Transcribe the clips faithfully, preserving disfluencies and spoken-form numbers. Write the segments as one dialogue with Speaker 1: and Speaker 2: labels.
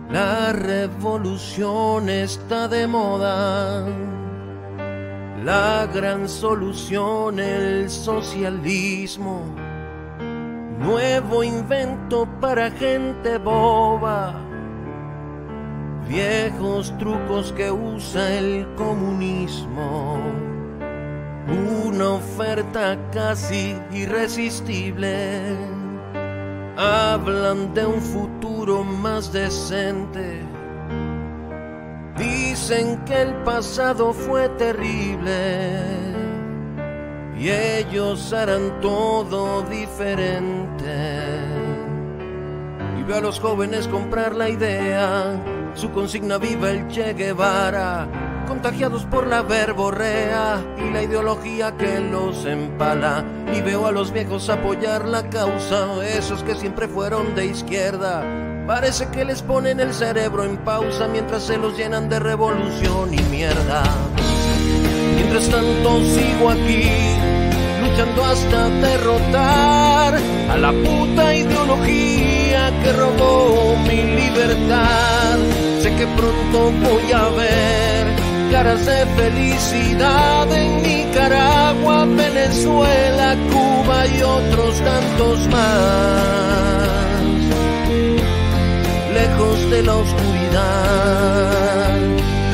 Speaker 1: La revolución está de moda, la gran solución el socialismo, nuevo invento para gente boba, viejos trucos que usa el comunismo, una oferta casi irresistible. Hablan de un futuro más decente. Dicen que el pasado fue terrible y ellos harán todo diferente. Y veo a los jóvenes comprar la idea, su consigna viva el Che Guevara, contagiados por la verborrea y la ideología que los empala. Y veo a los viejos apoyar la causa, esos que siempre fueron de izquierda. Parece que les ponen el cerebro en pausa mientras se los llenan de revolución y mierda. Mientras tanto sigo aquí, luchando hasta derrotar a la puta ideología que robó mi libertad. Sé que pronto voy a ver caras de felicidad en Nicaragua, Venezuela, Cuba y otros tantos más, lejos de la oscuridad.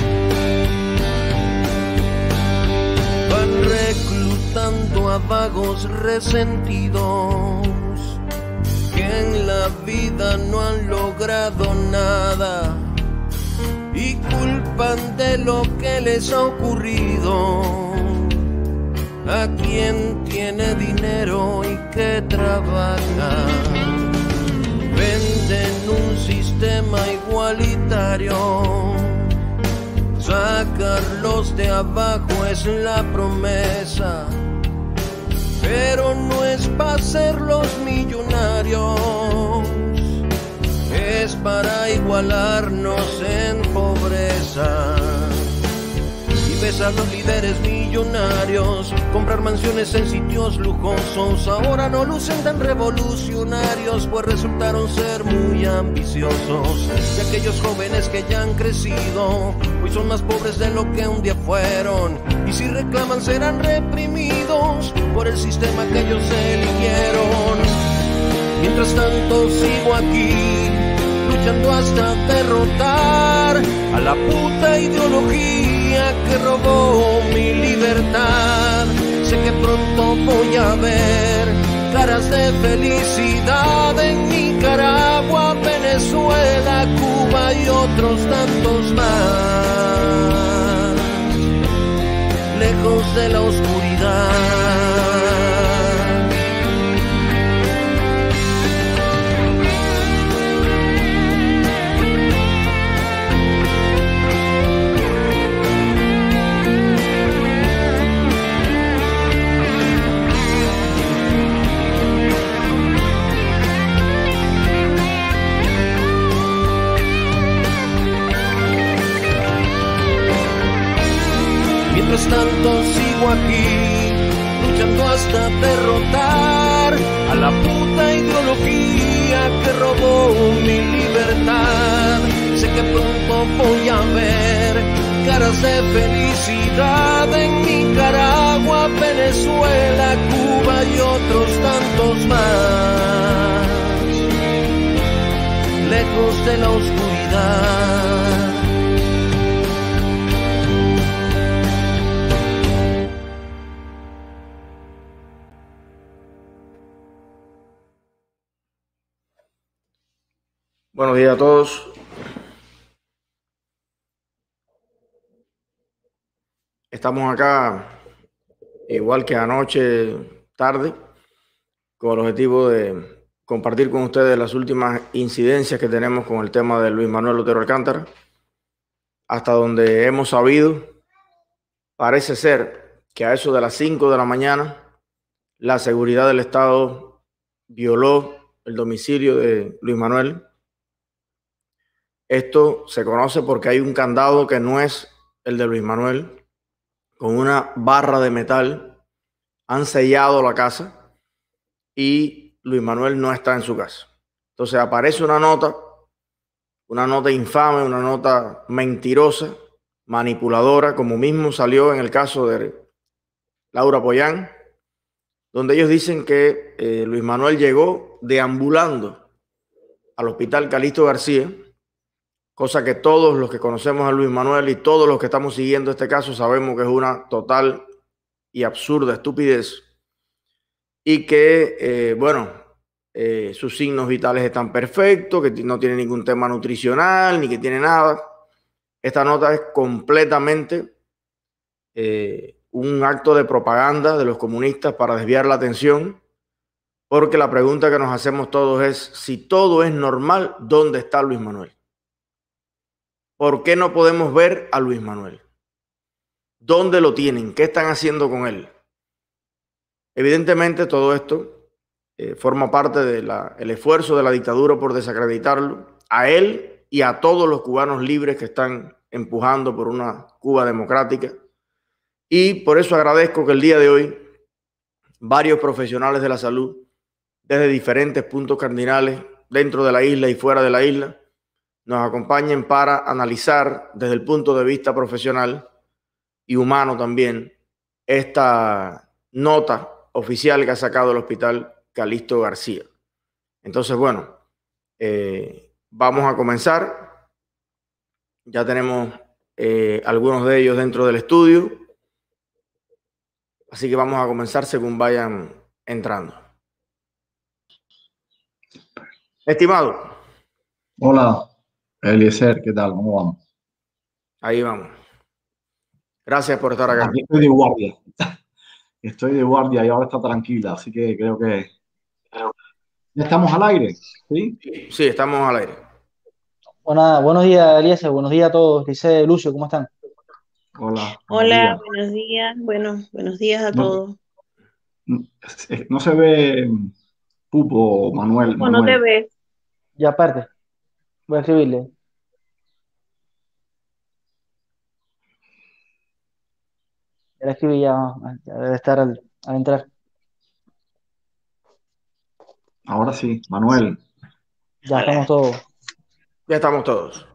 Speaker 1: Van reclutando a vagos resentidos que en la vida no han logrado nada y culpan de lo que les ha ocurrido a quien tiene dinero y que trabaja. Venden un sistema igualitario, sacarlos de abajo es la promesa, pero no es para hacerlos millonarios, es para igualarnos en pobreza. Y ves a los líderes millonarios comprar mansiones en sitios lujosos, ahora no lucen tan revolucionarios, pues resultaron ser muy ambiciosos. Y aquellos jóvenes que ya han crecido hoy son más pobres de lo que un día fueron, y si reclaman serán reprimidos por el sistema que ellos eligieron. Mientras tanto sigo aquí, luchando hasta derrotar a la puta ideología que robó mi libertad. Sé que pronto voy a ver caras de felicidad en Nicaragua, Venezuela, Cuba y otros tantos más, lejos de la oscuridad. Mientras tanto sigo aquí, luchando hasta derrotar a la puta ideología que robó mi libertad. Sé que pronto voy a ver caras de felicidad en Nicaragua, Venezuela, Cuba y otros tantos más, lejos de la oscuridad.
Speaker 2: Buenos días a todos. Estamos acá, igual que anoche tarde, con el objetivo de compartir con ustedes las últimas incidencias que tenemos con el tema de Luis Manuel Otero Alcántara. Hasta donde hemos sabido, parece ser que a eso de las cinco de la mañana, la seguridad del Estado violó el domicilio de Luis Manuel. Esto se conoce porque hay un candado que no es el de Luis Manuel, con una barra de metal. Han sellado la casa y Luis Manuel no está en su casa. Entonces aparece una nota una nota infame, una nota mentirosa, manipuladora, como mismo salió en el caso de Laura Pollán, donde ellos dicen que eh, Luis Manuel llegó deambulando al Hospital Calixto García, cosa que todos los que conocemos a Luis Manuel y todos los que estamos siguiendo este caso sabemos que es una total y absurda estupidez, y que, eh, bueno, eh, sus signos vitales están perfectos, que no tiene ningún tema nutricional, ni que tiene nada. Esta nota es completamente eh, un acto de propaganda de los comunistas para desviar la atención, porque la pregunta que nos hacemos todos es, si todo es normal, ¿dónde está Luis Manuel? ¿Por qué no podemos ver a Luis Manuel? ¿Dónde lo tienen? ¿Qué están haciendo con él? Evidentemente todo esto eh, forma parte del esfuerzo de la dictadura por desacreditarlo, a él y a todos los cubanos libres que están empujando por una Cuba democrática. Y por eso agradezco que el día de hoy varios profesionales de la salud, desde diferentes puntos cardinales, dentro de la isla y fuera de la isla, nos acompañen para analizar desde el punto de vista profesional y humano también esta nota oficial que ha sacado el Hospital Calixto García. Entonces, bueno, eh, vamos a comenzar. Ya tenemos eh, algunos de ellos dentro del estudio, así que vamos a comenzar según vayan entrando. Estimado.
Speaker 3: Hola, Eliezer, ¿qué tal? ¿Cómo vamos?
Speaker 2: Ahí vamos. Gracias por estar acá.
Speaker 3: Aquí estoy de guardia. Estoy de guardia y ahora está tranquila, así que creo que... ¿Ya estamos al aire? ¿Sí?
Speaker 2: Sí, estamos al aire.
Speaker 4: Buena, buenos días, Eliezer. Buenos días a todos. Dice Lucio, ¿cómo están?
Speaker 3: Hola.
Speaker 5: Hola,
Speaker 3: días.
Speaker 5: buenos días. Bueno, buenos días a
Speaker 3: no,
Speaker 5: todos.
Speaker 3: No se ve Pupo, Manuel.
Speaker 5: Pupo, no te ves.
Speaker 4: Ya aparte. Voy a escribirle. Ya le escribí, ya, ya debe estar al, al entrar.
Speaker 3: Ahora sí, Manuel.
Speaker 4: Ya estamos todos.
Speaker 2: Ya estamos todos.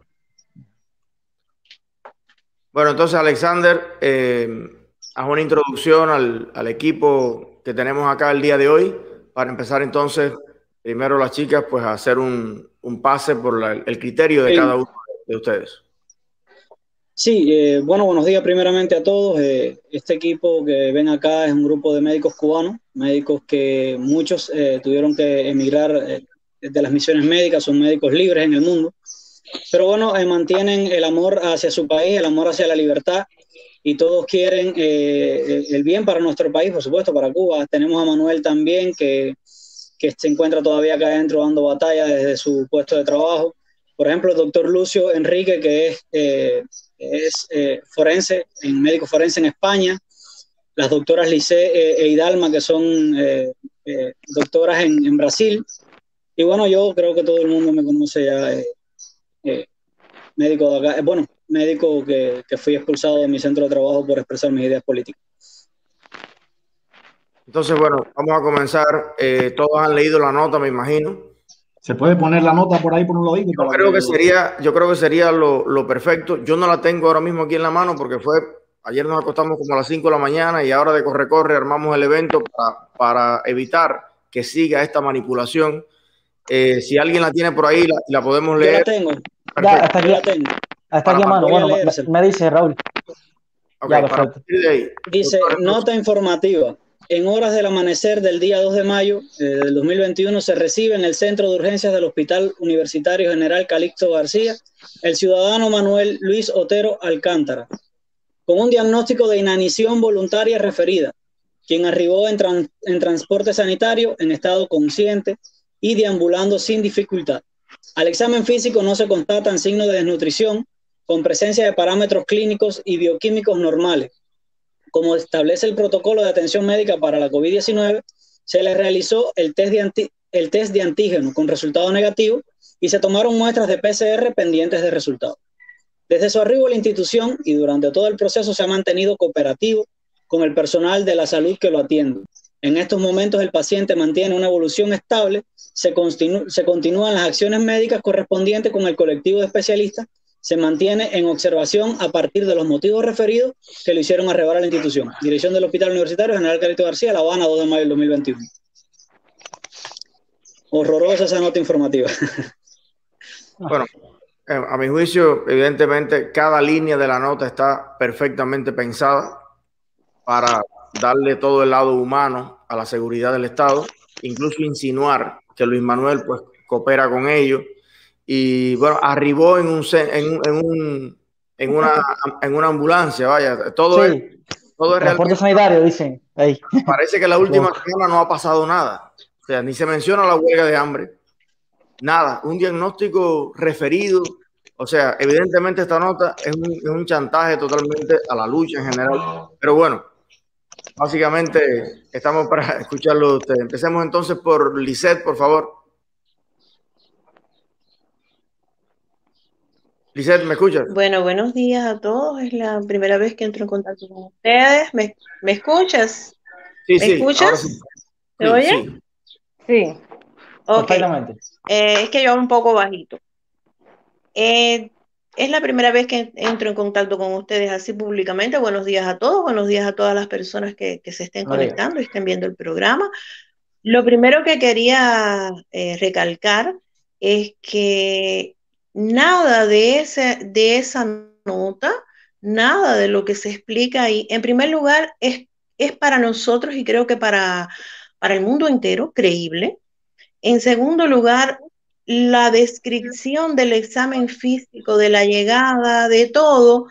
Speaker 2: Bueno, entonces, Alexander, eh, haz una introducción al, al equipo que tenemos acá el día de hoy, para empezar entonces, primero las chicas, pues a hacer un, un pase por la, el criterio de
Speaker 6: Sí.
Speaker 2: cada uno de ustedes.
Speaker 6: Sí, eh, bueno, buenos días primeramente a todos. Eh, este equipo que ven acá es un grupo de médicos cubanos, médicos que muchos eh, tuvieron que emigrar eh, de las misiones médicas, son médicos libres en el mundo, pero bueno, eh, mantienen el amor hacia su país, el amor hacia la libertad, y todos quieren eh, el bien para nuestro país, por supuesto, para Cuba. Tenemos a Manuel también, que, que se encuentra todavía acá adentro dando batalla desde su puesto de trabajo. Por ejemplo, el doctor Lucio Enrique, que es... Eh, es eh, forense, en médico forense en España, las doctoras Lice eh, e Hidalma, que son eh, eh, doctoras en, en Brasil, y bueno, yo creo que todo el mundo me conoce ya, eh, eh, médico de acá, eh, bueno, médico que, que fui expulsado de mi centro de trabajo por expresar mis ideas políticas.
Speaker 2: Entonces, bueno, vamos a comenzar. Eh, todos han leído la nota, me imagino.
Speaker 3: ¿Se puede poner la nota por ahí por un ladito?
Speaker 2: Yo creo que sería, yo creo que sería lo, lo perfecto. Yo no la tengo ahora mismo aquí en la mano porque fue, ayer nos acostamos como a las cinco de la mañana y ahora de corre corre armamos el evento para, para evitar que siga esta manipulación. Eh, si alguien la tiene por ahí, la, la podemos leer.
Speaker 6: Yo la tengo.
Speaker 4: Ya, hasta aquí,
Speaker 6: Yo la tengo.
Speaker 4: hasta aquí a mano. Bueno, me, me dice Raúl.
Speaker 2: Okay,
Speaker 4: ya,
Speaker 2: para
Speaker 4: perfecto.
Speaker 2: partir de ahí.
Speaker 6: Dice, nota informativa. En horas del amanecer del día dos de mayo eh, del dos mil veintiuno se recibe en el centro de urgencias del Hospital Universitario General Calixto García el ciudadano Manuel Luis Otero Alcántara, con un diagnóstico de inanición voluntaria referida, quien arribó en, tran en transporte sanitario en estado consciente y deambulando sin dificultad. Al examen físico no se constatan signos de desnutrición, con presencia de parámetros clínicos y bioquímicos normales. Como establece el protocolo de atención médica para la COVID diecinueve, se le realizó el test, de anti, el test de antígeno con resultado negativo y se tomaron muestras de P C R pendientes de resultado. Desde su arribo a la institución y durante todo el proceso se ha mantenido cooperativo con el personal de la salud que lo atiende. En estos momentos el paciente mantiene una evolución estable se, continu se continúan las acciones médicas correspondientes con el colectivo de especialistas, se mantiene en observación a partir de los motivos referidos que lo hicieron arrebar a la institución. Dirección del Hospital Universitario General Carito García, La Habana, dos de mayo del dos mil veintiuno. Horrorosa esa nota informativa.
Speaker 2: Bueno, a mi juicio, evidentemente, cada línea de la nota está perfectamente pensada para darle todo el lado humano a la seguridad del Estado, incluso insinuar que Luis Manuel pues coopera con ellos. Y bueno, arribó en un en un, en, un, en una en una ambulancia, vaya, todo
Speaker 4: sí.
Speaker 2: es todo es
Speaker 4: transporte sanitario, dicen ahí.
Speaker 2: Parece que la última semana no ha pasado nada, o sea, ni se menciona la huelga de hambre, nada, un diagnóstico referido, o sea, evidentemente esta nota es un, es un chantaje totalmente a la lucha en general, pero bueno, básicamente estamos para escucharlo usted. Empecemos entonces por Lisette, por favor. Lisette, ¿me escuchas?
Speaker 5: Bueno, buenos días a todos. Es la primera vez que entro en contacto con ustedes. ¿Me, me escuchas?
Speaker 2: Sí,
Speaker 5: ¿Me
Speaker 2: sí,
Speaker 5: escuchas?
Speaker 2: sí.
Speaker 5: ¿Se
Speaker 2: Sí,
Speaker 5: oye?
Speaker 2: sí.
Speaker 5: Sí. Ok.
Speaker 4: Perfectamente.
Speaker 5: Eh, es que yo hablo un poco bajito. Eh, es la primera vez que entro en contacto con ustedes así públicamente. Buenos días a todos. Buenos días a todas las personas que, que se estén
Speaker 4: María.
Speaker 5: conectando y estén viendo el programa. Lo primero que quería eh, recalcar es que nada de, ese, de esa nota, nada de lo que se explica ahí, en primer lugar, es, es para nosotros y creo que para, para el mundo entero creíble. En segundo lugar, la descripción del examen físico, de la llegada, de todo,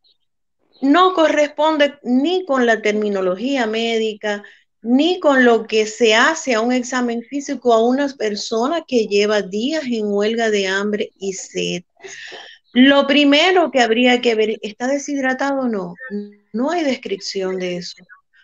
Speaker 5: no corresponde ni con la terminología médica, ni con lo que se hace a un examen físico a una persona que lleva días en huelga de hambre y sed. Lo primero que habría que ver, ¿está deshidratado o no? No hay descripción de eso.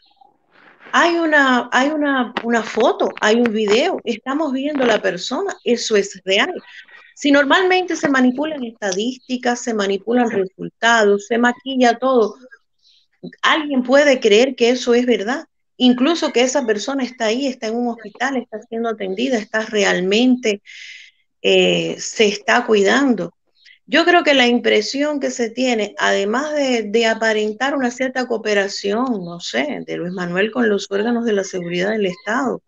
Speaker 5: Hay una, hay una, una foto, hay un video, estamos viendo a la persona, eso es real. Si normalmente se manipulan estadísticas, se manipulan resultados, se maquilla todo, alguien puede creer que eso es verdad, incluso que esa persona está ahí, está en un hospital, está siendo atendida, está realmente, eh, se está cuidando. Yo creo que la impresión que se tiene, además de, de aparentar una cierta cooperación, no sé, de Luis Manuel con los órganos de la seguridad del Estado,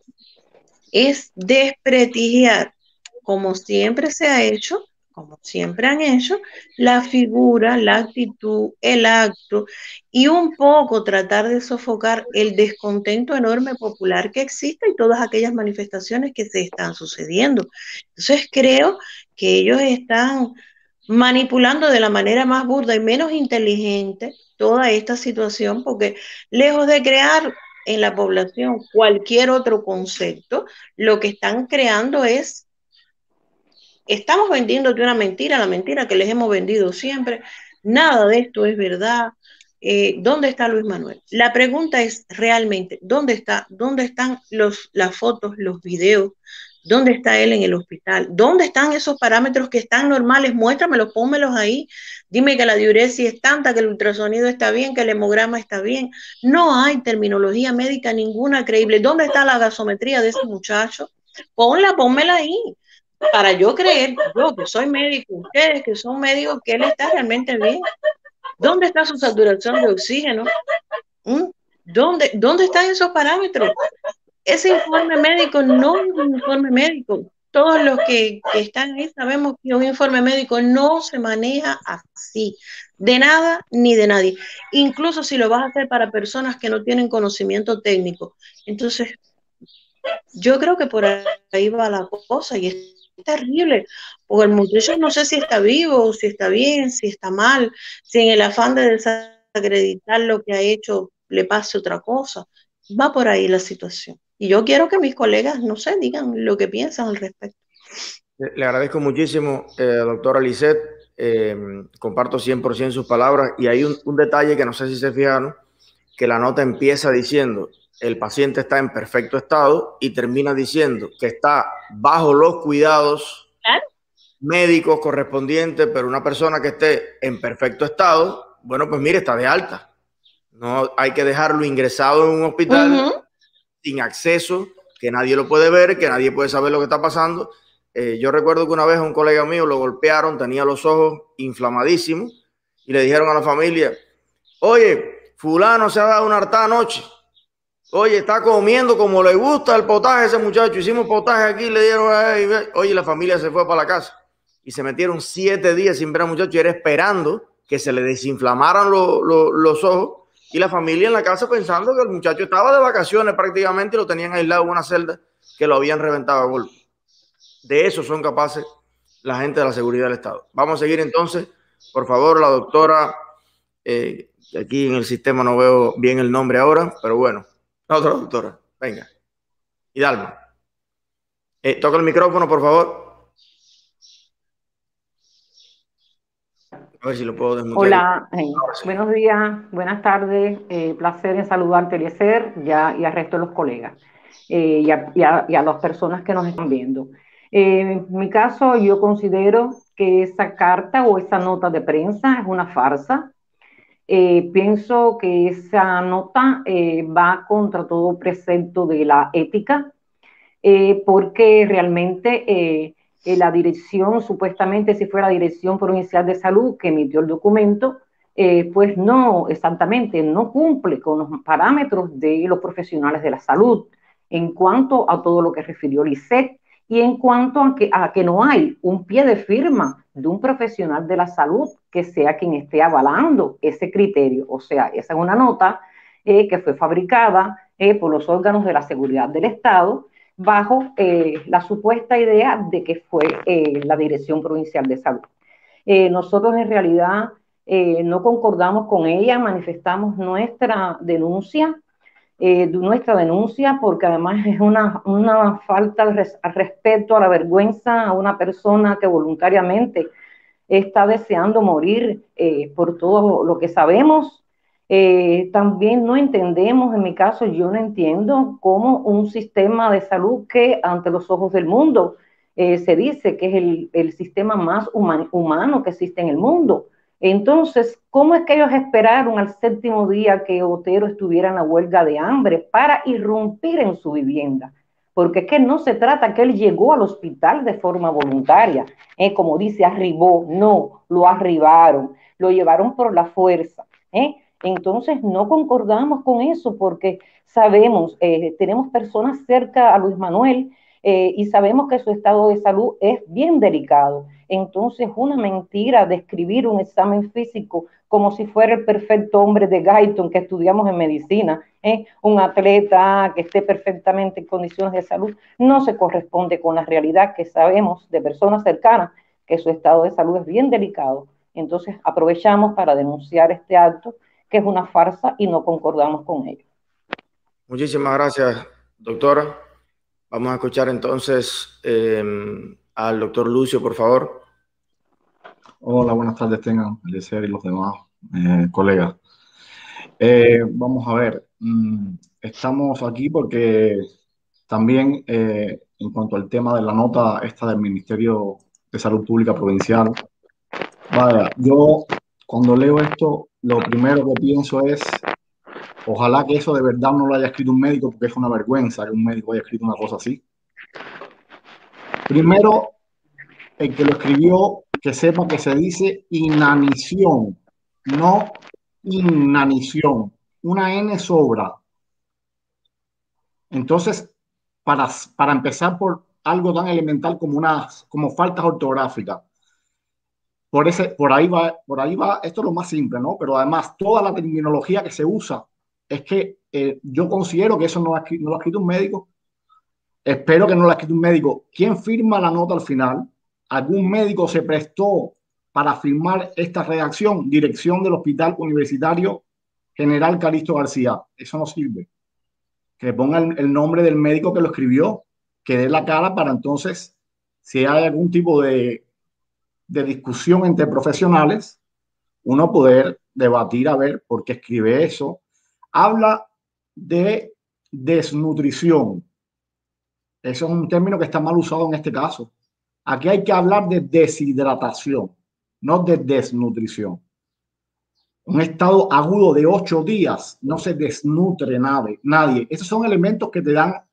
Speaker 5: es desprestigiar, como siempre se ha hecho, como siempre han hecho, la figura, la actitud, el acto y un poco tratar de sofocar el descontento enorme popular que existe y todas aquellas manifestaciones que se están sucediendo. Entonces creo que ellos están manipulando de la manera más burda y menos inteligente toda esta situación, porque lejos de crear en la población cualquier otro concepto, lo que están creando es, estamos vendiéndote una mentira, la mentira que les hemos vendido siempre, nada de esto es verdad. Eh, ¿dónde está Luis Manuel? La pregunta es realmente, ¿dónde está? ¿Dónde están los, las fotos, los videos? ¿Dónde está él en el hospital? ¿Dónde están esos parámetros que están normales? Muéstramelos, pónmelos ahí. Dime que la diuresis es tanta, que el ultrasonido está bien, que el hemograma está bien. No hay terminología médica ninguna creíble. ¿Dónde está la gasometría de ese muchacho? Ponla, pónmela ahí. Para yo creer, yo que soy médico, ustedes que son médicos, que él está realmente bien. ¿Dónde está su saturación de oxígeno? ¿Mm? ¿Dónde, ¿Dónde están esos parámetros? Ese informe médico no es un informe médico. Todos los que, que están ahí sabemos que un informe médico no se maneja así, de nada ni de nadie. Incluso si lo vas a hacer para personas que no tienen conocimiento técnico. Entonces, yo creo que por ahí va la cosa y es terrible, porque el muchacho no sé si está vivo, si está bien, si está mal, si en el afán de desacreditar lo que ha hecho le pase otra cosa. Va por ahí la situación. Y yo quiero que mis colegas, no sé, digan lo que piensan al respecto.
Speaker 2: Le agradezco muchísimo, eh, doctora Lisette. Eh, comparto cien por ciento sus palabras. Y hay un, un detalle que no sé si se fijaron, que la nota empieza diciendo el paciente está en perfecto estado y termina diciendo que está bajo los cuidados
Speaker 5: ¿Claro?
Speaker 2: médicos correspondientes, pero una persona que esté en perfecto estado, bueno, pues mire, está de alta. No hay que dejarlo ingresado en un hospital uh-huh. sin acceso que nadie lo puede ver, que nadie puede saber lo que está pasando. Eh, yo recuerdo que una vez a un colega mío lo golpearon, tenía los ojos inflamadísimos y le dijeron a la familia, oye, fulano se ha dado una hartada anoche. Oye, está comiendo como le gusta el potaje a ese muchacho. Hicimos potaje aquí, le dieron, oye, la familia se fue para la casa y se metieron siete días sin ver al muchacho y era esperando que se le desinflamaran lo, lo, los ojos, y la familia en la casa pensando que el muchacho estaba de vacaciones prácticamente y lo tenían aislado en una celda que lo habían reventado a golpe. De eso son capaces la gente de la seguridad del Estado. Vamos a seguir entonces, por favor, la doctora, eh, aquí en el sistema no veo bien el nombre ahora, pero bueno, la otra doctora, venga. Hidalgo. Eh, toca el micrófono, por favor. A ver si lo puedo desmutear.
Speaker 7: Hola, eh, sí. Buenos días, buenas tardes. Eh, placer en saludarte, Eliezer, ya, y al resto de los colegas eh, y, a, y, a, y a las personas que nos están viendo. Eh, en mi caso, yo considero que esa carta o esa nota de prensa es una farsa. Eh, pienso que esa nota eh, va contra todo precepto de la ética, eh, porque realmente... Eh, Eh, la dirección, supuestamente si fuera la Dirección Provincial de Salud que emitió el documento, eh, pues no, exactamente, no cumple con los parámetros de los profesionales de la salud en cuanto a todo lo que refirió Lisset y en cuanto a que, a que no hay un pie de firma de un profesional de la salud que sea quien esté avalando ese criterio. O sea, esa es una nota eh, que fue fabricada eh, por los órganos de la seguridad del Estado bajo eh, la supuesta idea de que fue eh, la Dirección Provincial de Salud. Eh, nosotros en realidad eh, no concordamos con ella, manifestamos nuestra denuncia, eh, nuestra denuncia porque además es una, una falta de res, respeto a la vergüenza a una persona que voluntariamente está deseando morir eh, por todo lo que sabemos. Eh, también no entendemos, en mi caso yo no entiendo cómo un sistema de salud que ante los ojos del mundo eh, se dice que es el, el sistema más human, humano que existe en el mundo. Entonces, ¿cómo es que ellos esperaron al séptimo día que Otero estuviera en la huelga de hambre para irrumpir en su vivienda? Porque es que no se trata que él llegó al hospital de forma voluntaria, eh, como dice, arribó, no, lo arribaron, lo llevaron por la fuerza, ¿eh? Entonces no concordamos con eso porque sabemos, eh, tenemos personas cerca a Luis Manuel eh, y sabemos que su estado de salud es bien delicado. Entonces una mentira describir un examen físico como si fuera el perfecto hombre de Guyton que estudiamos en medicina, ¿eh? Un atleta que esté perfectamente en condiciones de salud, no se corresponde con la realidad que sabemos de personas cercanas que su estado de salud es bien delicado. Entonces aprovechamos para denunciar este acto que es una farsa y no concordamos con ello.
Speaker 2: Muchísimas gracias, doctora. Vamos a escuchar entonces eh, al doctor Lucio, por favor.
Speaker 3: Hola, buenas tardes tengan, Eliezer y los demás eh, colegas. Eh, vamos a ver, mm, estamos aquí porque también eh, en cuanto al tema de la nota esta del Ministerio de Salud Pública Provincial, vaya, yo cuando leo esto, lo primero que pienso es, ojalá que eso de verdad no lo haya escrito un médico, porque es una vergüenza que un médico haya escrito una cosa así. Primero, el que lo escribió, que sepa que se dice inanición, no inanición. Una N sobra. Entonces, para, para empezar por algo tan elemental como, unas, como faltas ortográficas, Por, ese, por, ahí va, por ahí va, esto es lo más simple, ¿no? Pero además, toda la terminología que se usa es que eh, yo considero que eso no lo, ha, no lo ha escrito un médico. Espero que no lo ha escrito un médico. ¿Quién firma la nota al final? ¿Algún médico se prestó para firmar esta redacción? Dirección del Hospital Universitario General Calixto García. Eso no sirve. Que ponga el, el nombre del médico que lo escribió, que dé la cara para entonces, si hay algún tipo de de discusión entre profesionales, uno poder debatir a ver por qué escribe eso. Habla de desnutrición. Eso es un término que está mal usado en este caso. Aquí hay que hablar de deshidratación, no de desnutrición. Un estado agudo de ocho días no se desnutre nadie. nadie. Esos son elementos que te dan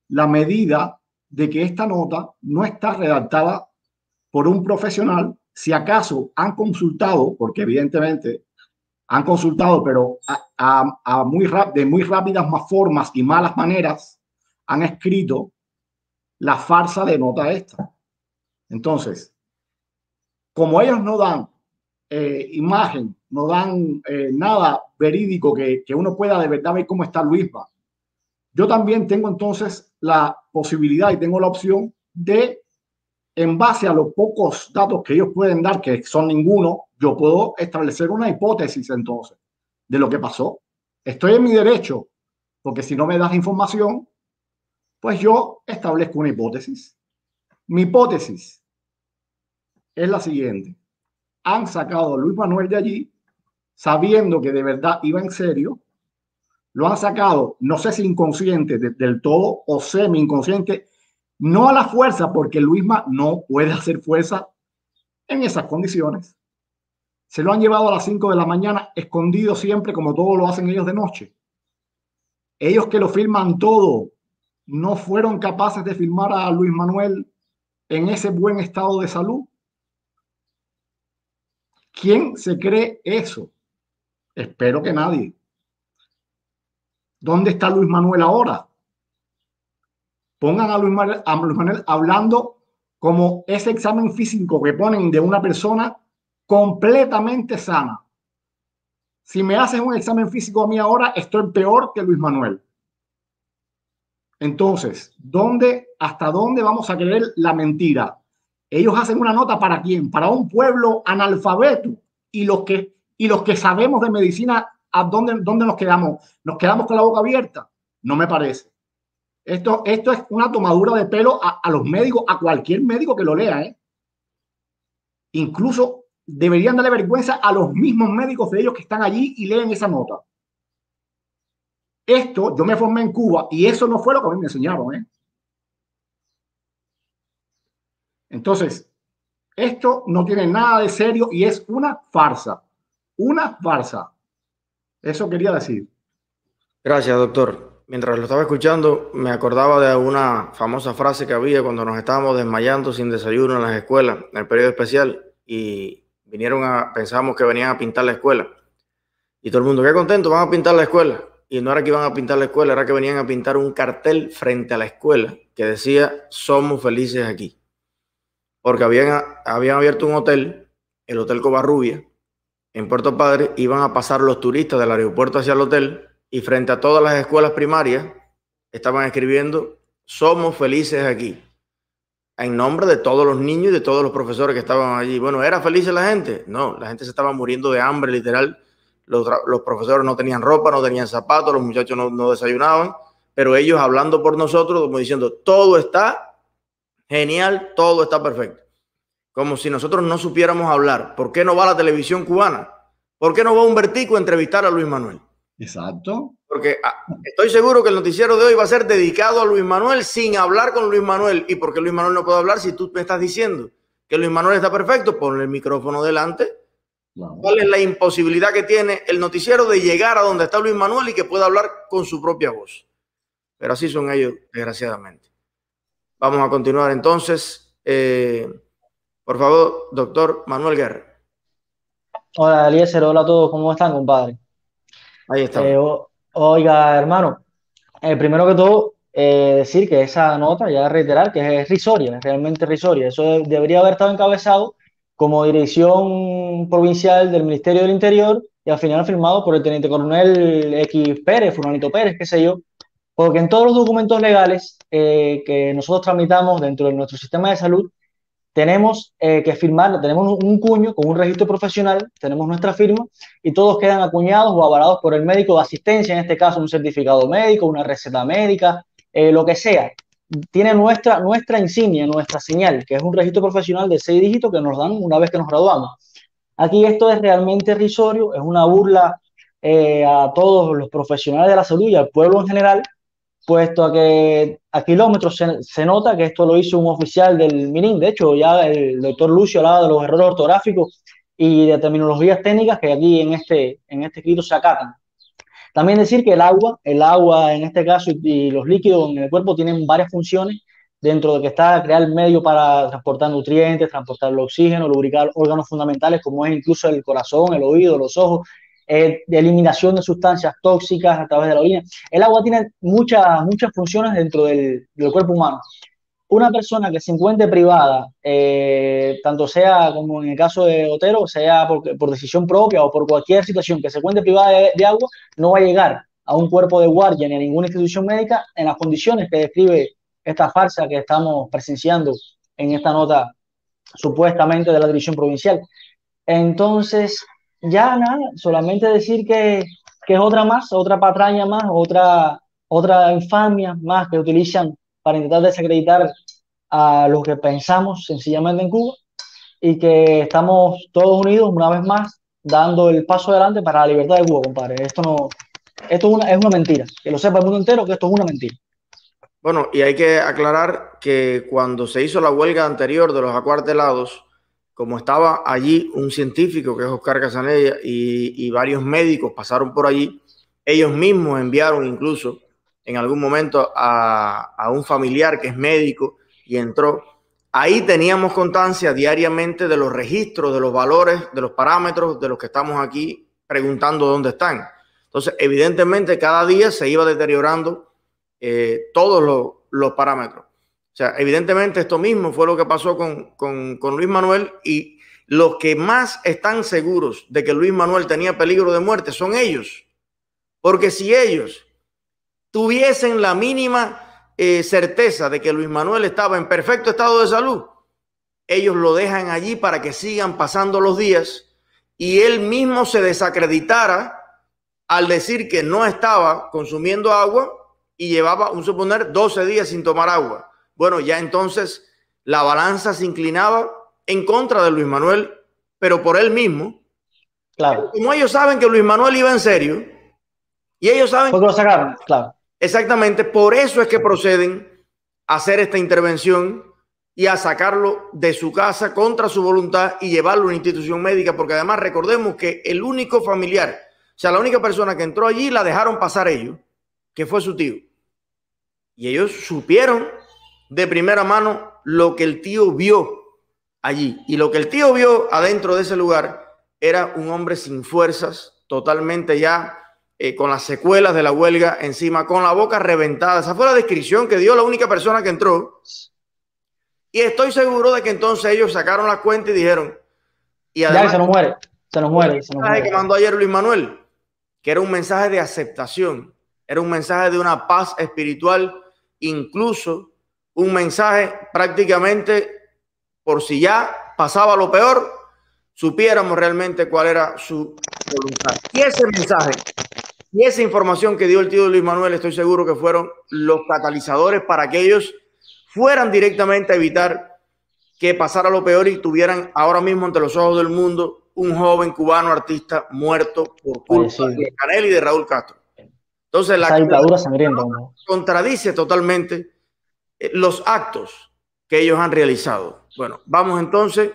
Speaker 3: la medida de que esta nota no está redactada por un profesional. Si acaso han consultado, porque evidentemente han consultado, pero a, a, a muy de muy rápidas formas y malas maneras, han escrito la farsa de nota esta. Entonces, como ellos no dan eh, imagen, no dan eh, nada verídico que, que uno pueda de verdad ver cómo está Luisma, yo también tengo entonces la posibilidad y tengo la opción de, en base a los pocos datos que ellos pueden dar, que son ninguno, yo puedo establecer una hipótesis entonces de lo que pasó. Estoy en mi derecho, porque si no me das información, pues yo establezco una hipótesis. Mi hipótesis es la siguiente. Han sacado a Luis Manuel de allí sabiendo que de verdad iba en serio. Lo han sacado, no sé si inconsciente de, del todo o semi inconsciente, no a la fuerza, porque Luisma no puede hacer fuerza en esas condiciones. Se lo han llevado a las cinco de la mañana, escondido siempre, como todo lo hacen ellos de noche. Ellos que lo filman todo, no fueron capaces de filmar a Luis Manuel en ese buen estado de salud. ¿Quién se cree eso? Espero que nadie. ¿Dónde está Luis Manuel ahora? Pongan a Luis Manuel, a Luis Manuel hablando como ese examen físico que ponen de una persona completamente sana. Si me haces un examen físico a mí ahora, estoy peor que Luis Manuel. Entonces, ¿dónde, hasta dónde vamos a creer la mentira? Ellos hacen una nota ¿para quién? Para un pueblo analfabeto. Y los que, y los que sabemos de medicina, ¿a dónde, dónde nos quedamos? ¿Nos quedamos con la boca abierta? No me parece. Esto, esto es una tomadura de pelo a, a los médicos, a cualquier médico que lo lea, ¿eh? Incluso deberían darle vergüenza a los mismos médicos de ellos que están allí y leen esa nota. Esto, yo me formé en Cuba y eso no fue lo que a mí me enseñaron, ¿eh? Entonces, esto no tiene nada de serio y es una farsa. Una farsa. Eso quería decir.
Speaker 2: Gracias, doctor. Mientras lo estaba escuchando, me acordaba de una famosa frase que había cuando nos estábamos desmayando sin desayuno en las escuelas, en el periodo especial, y vinieron a, pensamos que venían a pintar la escuela. Y todo el mundo, qué contento, van a pintar la escuela. Y no era que iban a pintar la escuela, era que venían a pintar un cartel frente a la escuela que decía, somos felices aquí. Porque habían, habían abierto un hotel, el Hotel Covarrubia, en Puerto Padre, iban a pasar los turistas del aeropuerto hacia el hotel y frente a todas las escuelas primarias estaban escribiendo, somos felices aquí, en nombre de todos los niños y de todos los profesores que estaban allí. Bueno, ¿era feliz la gente? No, la gente se estaba muriendo de hambre, literal. Los, los profesores no tenían ropa, no tenían zapatos, los muchachos no, no desayunaban, pero ellos hablando por nosotros, como diciendo, todo está genial, todo está perfecto. Como si nosotros no supiéramos hablar. ¿Por qué no va la televisión cubana? ¿Por qué no va Humbertico a entrevistar a Luis Manuel?
Speaker 3: Exacto.
Speaker 2: Porque ah, estoy seguro que el noticiero de hoy va a ser dedicado a Luis Manuel sin hablar con Luis Manuel. ¿Y por qué Luis Manuel no puede hablar si tú me estás diciendo que Luis Manuel está perfecto? Ponle el micrófono delante. Claro. ¿Cuál es la imposibilidad que tiene el noticiero de llegar a donde está Luis Manuel y que pueda hablar con su propia voz? Pero así son ellos, desgraciadamente. Vamos a continuar entonces. Eh, por favor, doctor Manuel Guerra.
Speaker 4: Hola, Eliezer, hola a todos, ¿cómo están, compadre?
Speaker 2: Ahí está.
Speaker 4: Eh, oiga, hermano, eh, primero que todo, eh, decir que esa nota, ya reiterar, que es risoria, es realmente risoria. Eso de, debería haber estado encabezado como dirección provincial del Ministerio del Interior y al final firmado por el teniente coronel X Pérez, Fulanito Pérez, qué sé yo, porque en todos los documentos legales eh, que nosotros tramitamos dentro de nuestro sistema de salud, tenemos eh, que firmar, tenemos un cuño con un registro profesional, tenemos nuestra firma y todos quedan acuñados o avalados por el médico de asistencia, en este caso un certificado médico, una receta médica, eh, lo que sea. Tiene nuestra, nuestra insignia, nuestra señal, que es un registro profesional de seis dígitos que nos dan una vez que nos graduamos. Aquí esto es realmente irrisorio, es una burla eh, a todos los profesionales de la salud y al pueblo en general, puesto a que a kilómetros se, se nota que esto lo hizo un oficial del MININ. De hecho, ya el doctor Lucio hablaba de los errores ortográficos y de terminologías técnicas que aquí en este, en este escrito se acatan. También decir que el agua, el agua en este caso y, y los líquidos en el cuerpo tienen varias funciones, dentro de que está crear el medio para transportar nutrientes, transportar el oxígeno, lubricar órganos fundamentales como es incluso el corazón, el oído, los ojos, eh, de eliminación de sustancias tóxicas a través de la orina. El agua tiene muchas, muchas funciones dentro del, del cuerpo humano. Una persona que se encuentre privada, eh, tanto sea como en el caso de Otero, sea por, por decisión propia o por cualquier situación que se encuentre privada de, de agua, no va a llegar a un cuerpo de guardia ni a ninguna institución médica en las condiciones que describe esta farsa que estamos presenciando en esta nota supuestamente de la dirección provincial. Entonces, ya nada, solamente decir que, que es otra más, otra patraña más, otra, otra infamia más que utilizan para intentar desacreditar a lo que pensamos sencillamente en Cuba y que estamos todos unidos una vez más dando el paso adelante para la libertad de Cuba, compadre. Esto no, esto es una, es una mentira, que lo sepa el mundo entero que esto es una mentira.
Speaker 2: Bueno, y hay que aclarar que cuando se hizo la huelga anterior de los acuartelados, como estaba allí un científico que es Oscar Casanella y, y varios médicos pasaron por allí, ellos mismos enviaron incluso en algún momento a, a un familiar que es médico y entró. Ahí teníamos constancia diariamente de los registros, de los valores, de los parámetros de los que estamos aquí preguntando dónde están. Entonces, evidentemente, cada día se iba deteriorando Eh, todos los, los parámetros. O sea, evidentemente esto mismo fue lo que pasó con, con, con Luis Manuel, y los que más están seguros de que Luis Manuel tenía peligro de muerte son ellos. Porque si ellos tuviesen la mínima eh, certeza de que Luis Manuel estaba en perfecto estado de salud, ellos lo dejan allí para que sigan pasando los días y él mismo se desacreditara al decir que no estaba consumiendo agua y llevaba, un suponer, doce días sin tomar agua. Bueno, ya entonces la balanza se inclinaba en contra de Luis Manuel, pero por él mismo.
Speaker 4: Claro.
Speaker 2: Como ellos saben que Luis Manuel iba en serio, y ellos saben...
Speaker 4: ¿Por qué lo sacaron? Claro.
Speaker 2: Exactamente, por eso es que proceden a hacer esta intervención y a sacarlo de su casa contra su voluntad y llevarlo a una institución médica, porque además recordemos que el único familiar, o sea, la única persona que entró allí la dejaron pasar ellos, que fue su tío. Y ellos supieron de primera mano lo que el tío vio allí. Y lo que el tío vio adentro de ese lugar era un hombre sin fuerzas, totalmente ya eh, con las secuelas de la huelga encima, con la boca reventada. Esa fue la descripción que dio la única persona que entró. Y estoy seguro de que entonces ellos sacaron las cuentas y dijeron... Y además,
Speaker 4: ya, se nos muere, se nos muere. Se nos
Speaker 2: mensaje
Speaker 4: muere.
Speaker 2: que mandó ayer Luis Manuel, que era un mensaje de aceptación, era un mensaje de una paz espiritual, incluso un mensaje prácticamente por si ya pasaba lo peor, supiéramos realmente cuál era su voluntad. Y ese mensaje y esa información que dio el tío de Luis Manuel, estoy seguro que fueron los catalizadores para que ellos fueran directamente a evitar que pasara lo peor y tuvieran ahora mismo ante los ojos del mundo un joven cubano artista muerto por culpa sí, sí. de Canel y de Raúl Castro. Entonces, la
Speaker 4: dictadura sangrienta, ¿no?
Speaker 2: contradice totalmente los actos que ellos han realizado. Bueno, vamos entonces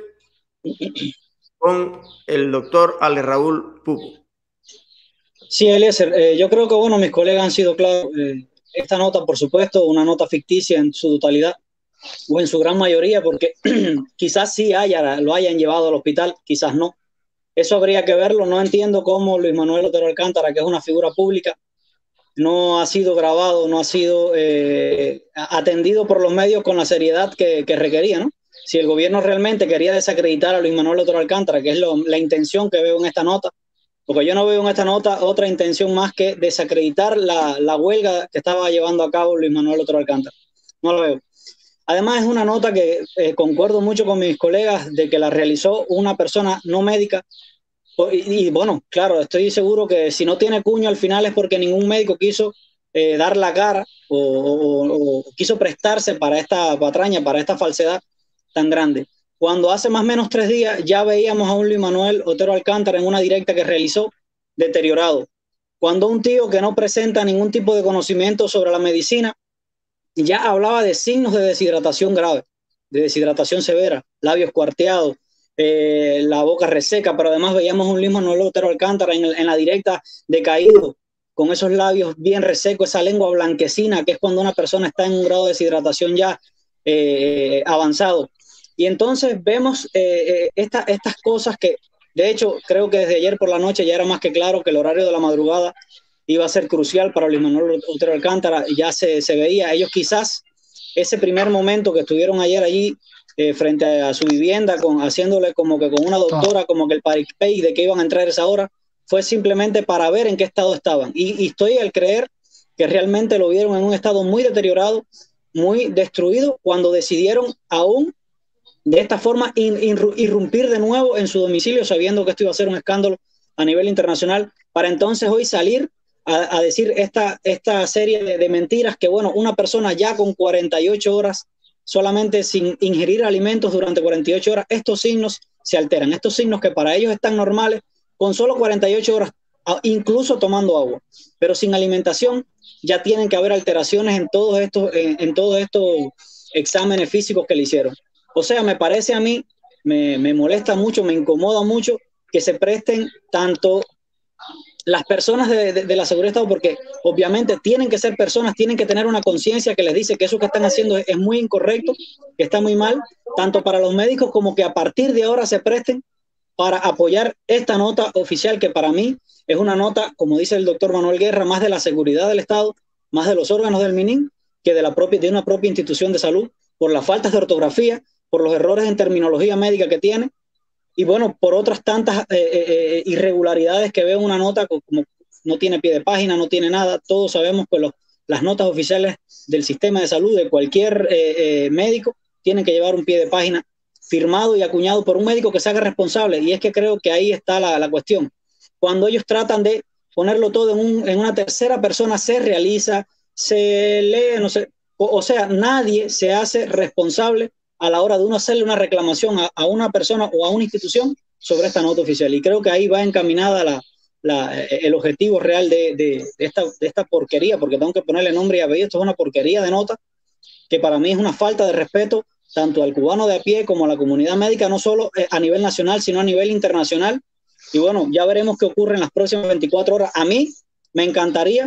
Speaker 2: con el doctor Ale Raúl Pupo.
Speaker 6: Sí, Eliezer, eh, yo creo que, bueno, mis colegas han sido claros. Eh, esta nota, por supuesto, una nota ficticia en su totalidad, o en su gran mayoría, porque quizás sí haya, lo hayan llevado al hospital, quizás no. Eso habría que verlo. No entiendo cómo Luis Manuel Otero Alcántara, que es una figura pública, no ha sido grabado, no ha sido eh, atendido por los medios con la seriedad que, que requería, ¿no? Si el gobierno realmente quería desacreditar a Luis Manuel Otero Alcántara, que es lo, la intención que veo en esta nota, porque yo no veo en esta nota otra intención más que desacreditar la, la huelga que estaba llevando a cabo Luis Manuel Otero Alcántara. No lo veo. Además, es una nota que eh, concuerdo mucho con mis colegas de que la realizó una persona no médica. Y, y bueno, claro, estoy seguro que si no tiene cuño al final es porque ningún médico quiso eh, dar la cara o, o, o quiso prestarse para esta patraña, para esta falsedad tan grande. Cuando hace más o menos tres días ya veíamos a un Luis Manuel Otero Alcántara en una directa que realizó deteriorado. Cuando un tío que no presenta ningún tipo de conocimiento sobre la medicina ya hablaba de signos de deshidratación grave, de deshidratación severa, labios cuarteados, Eh, la boca reseca, pero además veíamos un Luis Manuel Otero Alcántara en, el, en la directa decaído, con esos labios bien resecos, esa lengua blanquecina, que es cuando una persona está en un grado de deshidratación ya eh, avanzado. Y entonces vemos eh, esta, estas cosas que, de hecho, creo que desde ayer por la noche ya era más que claro que el horario de la madrugada iba a ser crucial para Luis Manuel Otero Alcántara, ya se, se veía. Ellos quizás ese primer momento que estuvieron ayer allí eh, frente a, a su vivienda, con, haciéndole como que con una doctora, como que el paripé de que iban a entrar a esa hora, fue simplemente para ver en qué estado estaban. Y, y estoy al creer que realmente lo vieron en un estado muy deteriorado, muy destruido, cuando decidieron aún de esta forma irrumpir de nuevo en su domicilio, sabiendo que esto iba a ser un escándalo a nivel internacional, para entonces hoy salir a, a decir esta, esta serie de, de mentiras que, bueno, una persona ya con cuarenta y ocho horas, solamente sin ingerir alimentos durante cuarenta y ocho horas, estos signos se alteran, estos signos que para ellos están normales, con solo cuarenta y ocho horas, incluso tomando agua, pero sin alimentación, ya tienen que haber alteraciones en todos estos, en, en todos estos exámenes físicos que le hicieron. O sea, me parece a mí, me, me molesta mucho, me incomoda mucho que se presten tanto las personas de, de, de la seguridad de Estado, porque obviamente tienen que ser personas, tienen que tener una conciencia que les dice que eso que están haciendo es, es muy incorrecto, que está muy mal, tanto para los médicos como que a partir de ahora se presten para apoyar esta nota oficial, que para mí es una nota, como dice el doctor Manuel Guerra, más de la seguridad del Estado, más de los órganos del MININ, que de, la propia, de una propia institución de salud, por las faltas de ortografía, por los errores en terminología médica que tiene, y bueno, por otras tantas eh, eh, irregularidades que veo en una nota, como no tiene pie de página, no tiene nada. Todos sabemos que los, las notas oficiales del sistema de salud de cualquier eh, eh, médico tienen que llevar un pie de página firmado y acuñado por un médico que se haga responsable, y es que creo que ahí está la, la cuestión. Cuando ellos tratan de ponerlo todo en, un, en una tercera persona, se realiza, se lee, no sé, o, o sea, nadie se hace responsable a la hora de uno hacerle una reclamación a, a una persona o a una institución sobre esta nota oficial. Y creo que ahí va encaminada la, la, el objetivo real de, de, de, esta, de esta porquería, porque tengo que ponerle nombre y apellido. Esto es una porquería de nota que para mí es una falta de respeto tanto al cubano de a pie como a la comunidad médica, no solo a nivel nacional, sino a nivel internacional. Y bueno, ya veremos qué ocurre en las próximas veinticuatro horas. A mí me encantaría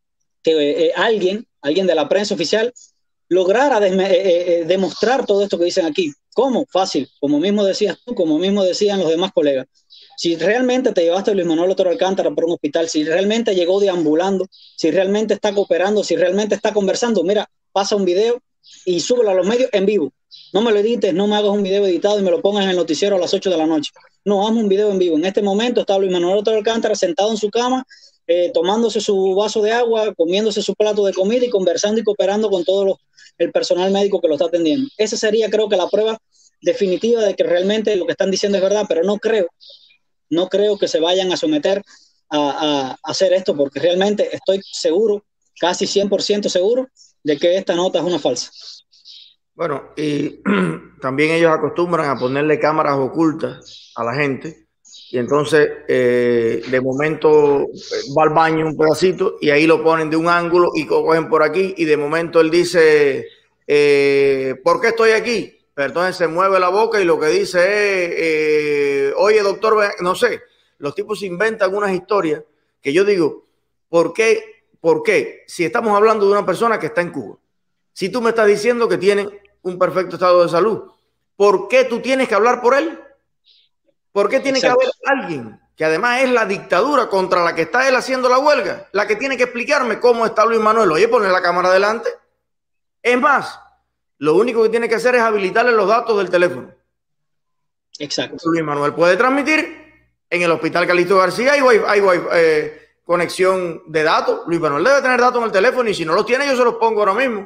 Speaker 6: que eh, alguien, alguien de la prensa oficial, lograra eh, eh, demostrar todo esto que dicen aquí. ¿Cómo? Fácil, como mismo decías tú, como mismo decían los demás colegas. Si realmente te llevaste a Luis Manuel Otero Alcántara por un hospital, si realmente llegó deambulando, si realmente está cooperando, si realmente está conversando, mira, pasa un video y súbelo a los medios en vivo. No me lo edites, no me hagas un video editado y me lo pongas en el noticiero a las ocho de la noche. No, hazme un video en vivo. En este momento está Luis Manuel Otero Alcántara sentado en su cama, eh, tomándose su vaso de agua, comiéndose su plato de comida y conversando y cooperando con todo los, el personal médico que lo está atendiendo. Esa sería, creo que, la prueba definitiva de que realmente lo que están diciendo es verdad, pero no creo, no creo que se vayan a someter a, a, a hacer esto, porque realmente estoy seguro, casi cien por ciento seguro, de que esta nota es una falsa.
Speaker 2: Bueno, y también ellos acostumbran a ponerle cámaras ocultas a la gente, y entonces eh, de momento va al baño un pedacito y ahí lo ponen de un ángulo y cogen por aquí, y de momento él dice, eh, ¿por qué estoy aquí? Pero entonces se mueve la boca y lo que dice es, eh, oye doctor, no sé, los tipos inventan unas historias que yo digo, ¿por qué? ¿Por qué? Si estamos hablando de una persona que está en Cuba, si tú me estás diciendo que tiene un perfecto estado de salud, ¿por qué tú tienes que hablar por él? ¿Por qué tiene Exacto. que haber alguien que además es la dictadura contra la que está él haciendo la huelga, la que tiene que explicarme cómo está Luis Manuel? Oye, poner la cámara adelante. Es más, lo único que tiene que hacer es habilitarle los datos del teléfono.
Speaker 6: Exacto.
Speaker 2: Luis Manuel puede transmitir en el Hospital Calixto García, hay, wifi, hay wifi, eh, conexión de datos. Luis Manuel debe tener datos en el teléfono y si no los tiene yo se los pongo ahora mismo.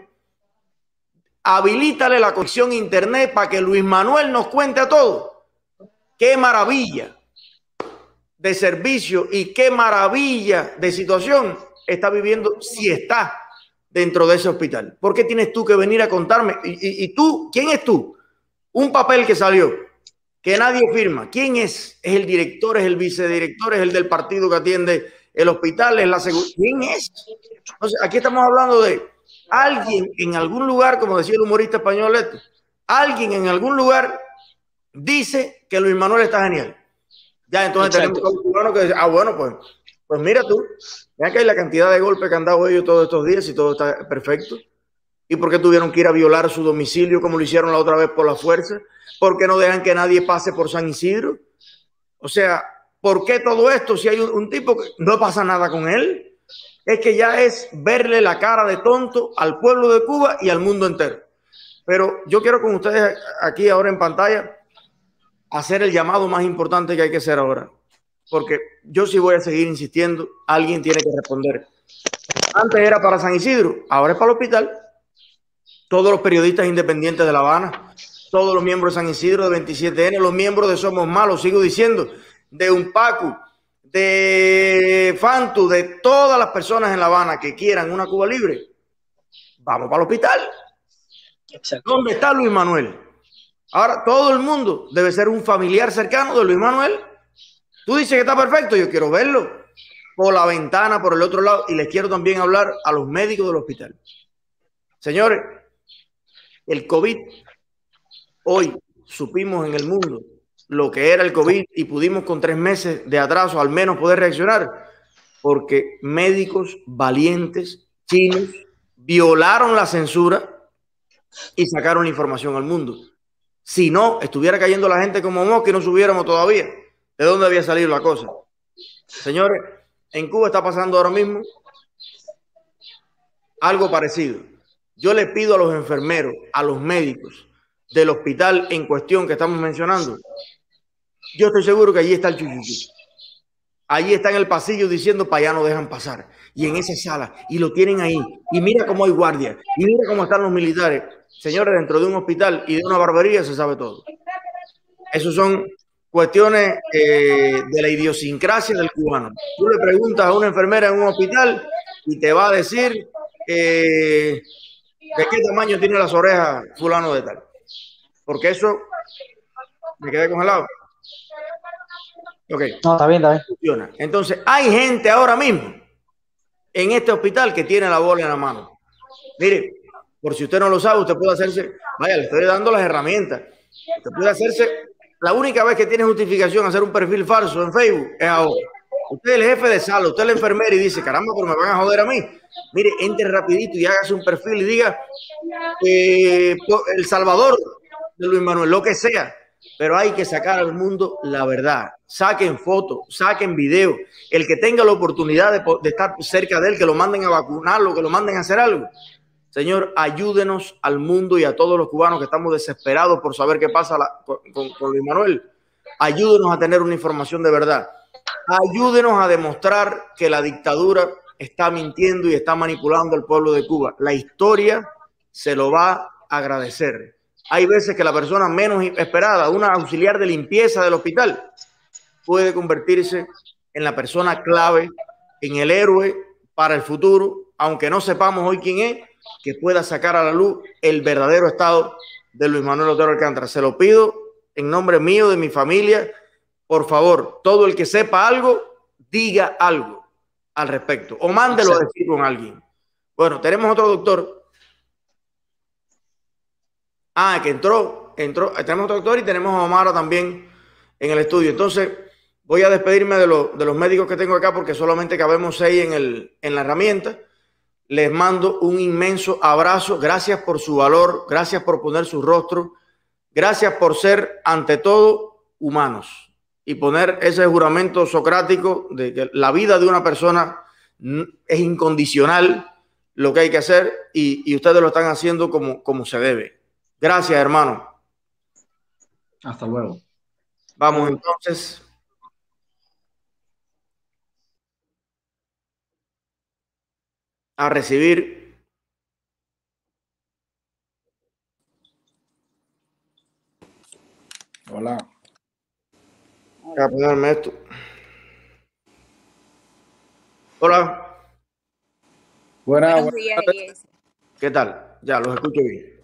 Speaker 2: Habilítale la conexión a internet para que Luis Manuel nos cuente a todos. Qué maravilla de servicio y qué maravilla de situación está viviendo si está dentro de ese hospital. ¿Por qué tienes tú que venir a contarme? Y, y, y tú, ¿quién es tú? Un papel que salió, que nadie firma. ¿Quién es? Es el director, es el vicedirector, es el del partido que atiende el hospital, es la seguridad. ¿Quién es? Entonces, aquí estamos hablando de alguien en algún lugar, como decía el humorista español este, alguien en algún lugar dice que Luis Manuel está genial. Ya entonces Exacto. tenemos un cubano que dice, ah, bueno, pues Pues mira tú, vean que hay la cantidad de golpes que han dado ellos todos estos días y todo está perfecto. ¿Y por qué tuvieron que ir a violar su domicilio como lo hicieron la otra vez por la fuerza? ¿Por qué no dejan que nadie pase por San Isidro? O sea, ¿por qué todo esto si hay un, un tipo que no pasa nada con él? Es que ya es verle la cara de tonto al pueblo de Cuba y al mundo entero. Pero yo quiero con ustedes aquí ahora en pantalla hacer el llamado más importante que hay que hacer ahora. Porque yo sí voy a seguir insistiendo, alguien tiene que responder. Antes era para San Isidro, ahora es para el hospital. Todos los periodistas independientes de La Habana, todos los miembros de San Isidro, de veintisiete ene, los miembros de Somos Malos, sigo diciendo, de UNPACU, de Fantu, de todas las personas en La Habana que quieran una Cuba libre, vamos para el hospital. Exacto. ¿Dónde está Luis Manuel? Ahora todo el mundo debe ser un familiar cercano de Luis Manuel. Tú dices que está perfecto, yo quiero verlo por la ventana, por el otro lado, y les quiero también hablar a los médicos del hospital. Señores, el COVID, hoy supimos en el mundo lo que era el COVID y pudimos con tres meses de atraso al menos poder reaccionar porque médicos valientes chinos violaron la censura y sacaron la información al mundo. Si no, estuviera cayendo la gente como mosca y no subiéramos todavía. ¿De dónde había salido la cosa? Señores, en Cuba está pasando ahora mismo algo parecido. Yo le pido a los enfermeros, a los médicos del hospital en cuestión que estamos mencionando, yo estoy seguro que allí está el chuchuchú. Allí está en el pasillo diciendo para allá no dejan pasar. Y en esa sala, y lo tienen ahí. Y mira cómo hay guardia. Y mira cómo están los militares. Señores, dentro de un hospital y de una barbería se sabe todo. Esos son cuestiones eh, de la idiosincrasia del cubano. Tú le preguntas a una enfermera en un hospital y te va a decir eh, de qué tamaño tiene las orejas fulano de tal. Porque eso me quedé congelado. Ok.
Speaker 4: No, está bien, está bien.
Speaker 2: Funciona. Entonces, hay gente ahora mismo en este hospital que tiene la bola en la mano. Mire, por si usted no lo sabe, usted puede hacerse, vaya, le estoy dando las herramientas. Usted puede hacerse, la única vez que tiene justificación hacer un perfil falso en Facebook es ahora. Usted es el jefe de sala, usted es la enfermera y dice, caramba, pero me van a joder a mí. Mire, entre rapidito y hágase un perfil y diga eh, El Salvador de Luis Manuel, lo que sea. Pero hay que sacar al mundo la verdad. Saquen fotos, saquen videos. El que tenga la oportunidad de, de estar cerca de él, que lo manden a vacunarlo, que lo manden a hacer algo. Señor, ayúdenos al mundo y a todos los cubanos que estamos desesperados por saber qué pasa la, con, con, con Luis Manuel. Ayúdenos a tener una información de verdad. Ayúdenos a demostrar que la dictadura está mintiendo y está manipulando al pueblo de Cuba. La historia se lo va a agradecer. Hay veces que la persona menos esperada, una auxiliar de limpieza del hospital, puede convertirse en la persona clave, en el héroe para el futuro, aunque no sepamos hoy quién es, que pueda sacar a la luz el verdadero estado de Luis Manuel Otero Alcántara. Se lo pido en nombre mío, de mi familia. Por favor, todo el que sepa algo, diga algo al respecto o mándelo a decir con alguien. Bueno, tenemos otro doctor. Ah, que entró, entró, tenemos otro doctor y tenemos a Omara también en el estudio. Entonces, voy a despedirme de, lo, de los médicos que tengo acá porque solamente cabemos seis en, el, en la herramienta. Les mando un inmenso abrazo. Gracias por su valor, gracias por poner su rostro, gracias por ser, ante todo, humanos y poner ese juramento socrático de que la vida de una persona es incondicional, lo que hay que hacer, y, y ustedes lo están haciendo como, como se debe. Gracias, hermano.
Speaker 3: Hasta luego.
Speaker 2: Vamos entonces a recibir
Speaker 8: Hola.
Speaker 2: Voy a ponerme esto. Hola.
Speaker 8: Buenas,
Speaker 9: Buenos días, Eliezer.
Speaker 2: ¿Qué tal? Ya, los escucho bien.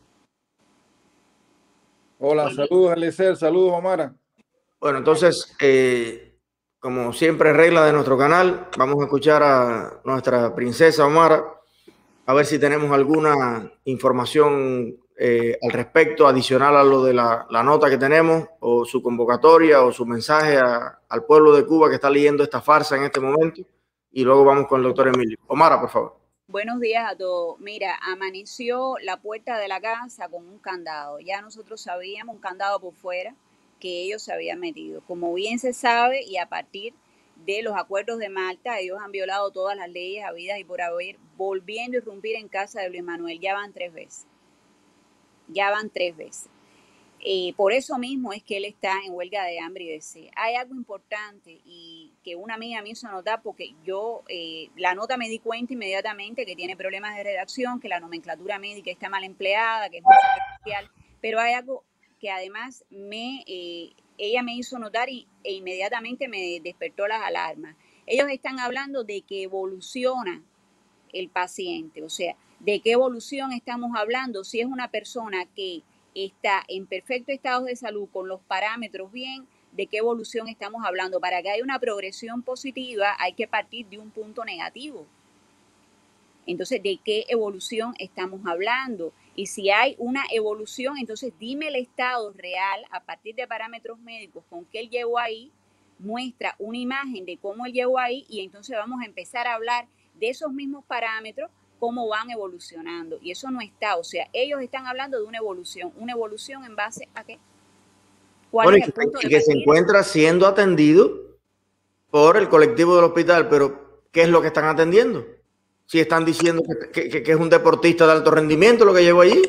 Speaker 8: Hola, saludos, Eliezer, saludos, Omara.
Speaker 2: Bueno, entonces, eh, como siempre regla de nuestro canal, vamos a escuchar a nuestra princesa Omara, a ver si tenemos alguna información eh, al respecto, adicional a lo de la, la nota que tenemos, o su convocatoria, o su mensaje a, al pueblo de Cuba que está leyendo esta farsa en este momento. y luego vamos con el doctor Emilio. Omara, por favor.
Speaker 9: Buenos días a todos. Mira, amaneció la puerta de la casa con un candado. Ya nosotros sabíamos, un candado por fuera, que ellos se habían metido. Como bien se sabe, y a partir de los acuerdos de Malta, ellos han violado todas las leyes habidas y por haber, volviendo a irrumpir en casa de Luis Manuel. Ya van tres veces. Ya van tres veces. Eh, por eso mismo es que él está en huelga de hambre y de sed. Hay algo importante y que una amiga me hizo notar porque yo eh, la nota me di cuenta inmediatamente que tiene problemas de redacción, que la nomenclatura médica está mal empleada, que es muy superficial, pero hay algo que además me, eh, ella me hizo notar y, e inmediatamente me despertó las alarmas. Ellos están hablando de que evoluciona el paciente, o sea, ¿de qué evolución estamos hablando? Si es una persona que está en perfecto estado de salud, con los parámetros bien, ¿de qué evolución estamos hablando? Para que haya una progresión positiva hay que partir de un punto negativo. Entonces, ¿de qué evolución estamos hablando? Y si hay una evolución, entonces dime el estado real a partir de parámetros médicos con que él llegó ahí, muestra una imagen de cómo él llegó ahí y entonces vamos a empezar a hablar de esos mismos parámetros, cómo van evolucionando. Y eso no está, o sea, ellos están hablando de una evolución. ¿Una evolución en base a qué? ¿Cuál
Speaker 2: bueno,
Speaker 9: es el punto
Speaker 2: y
Speaker 9: de
Speaker 2: que se encuentra siendo atendido por el colectivo del hospital, pero ¿qué es lo que están atendiendo? Si están diciendo que, que, que es un deportista de alto rendimiento lo que llegó allí.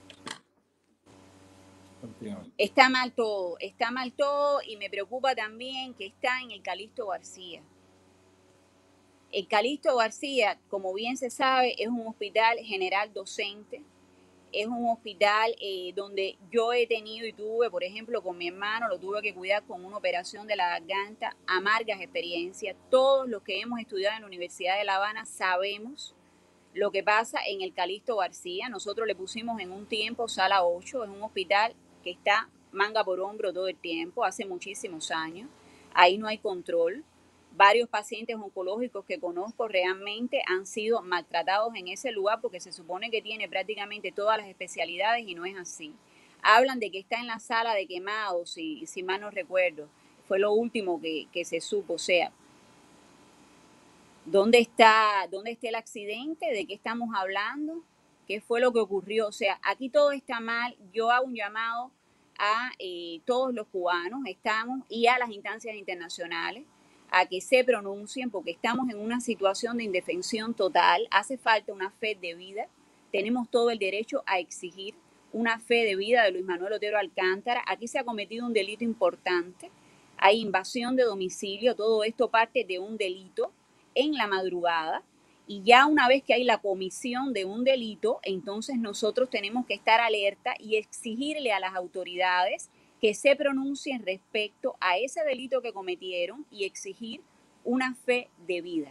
Speaker 9: Está mal todo, está mal todo y me preocupa también que está en el Calixto García. El Calixto García, como bien se sabe, es un hospital general docente, es un hospital eh, donde yo he tenido y tuve, por ejemplo, con mi hermano, lo tuve que cuidar con una operación de la garganta, amargas experiencias. Todos los que hemos estudiado en la Universidad de La Habana sabemos lo que pasa en el Calixto García. Nosotros le pusimos en un tiempo sala ocho, es un hospital que está manga por hombro todo el tiempo, hace muchísimos años. Ahí no hay control. Varios pacientes oncológicos que conozco realmente han sido maltratados en ese lugar porque se supone que tiene prácticamente todas las especialidades y no es así. Hablan de que está en la sala de quemados, si, si mal no recuerdo. Fue lo último que, que se supo. O sea, ¿dónde está, ¿dónde está el accidente? ¿De qué estamos hablando? ¿Qué fue lo que ocurrió? O sea, aquí todo está mal. Yo hago un llamado a eh, todos los cubanos, estamos, y a las instancias internacionales, a que se pronuncien porque estamos en una situación de indefensión total. Hace falta una fe de vida. Tenemos todo el derecho a exigir una fe de vida de Luis Manuel Otero Alcántara. Aquí se ha cometido un delito importante. Hay invasión de domicilio. Todo esto parte de un delito en la madrugada. Y ya una vez que hay la comisión de un delito, entonces nosotros tenemos que estar alerta y exigirle a las autoridades que se pronuncien respecto a ese delito que cometieron y exigir una fe de vida.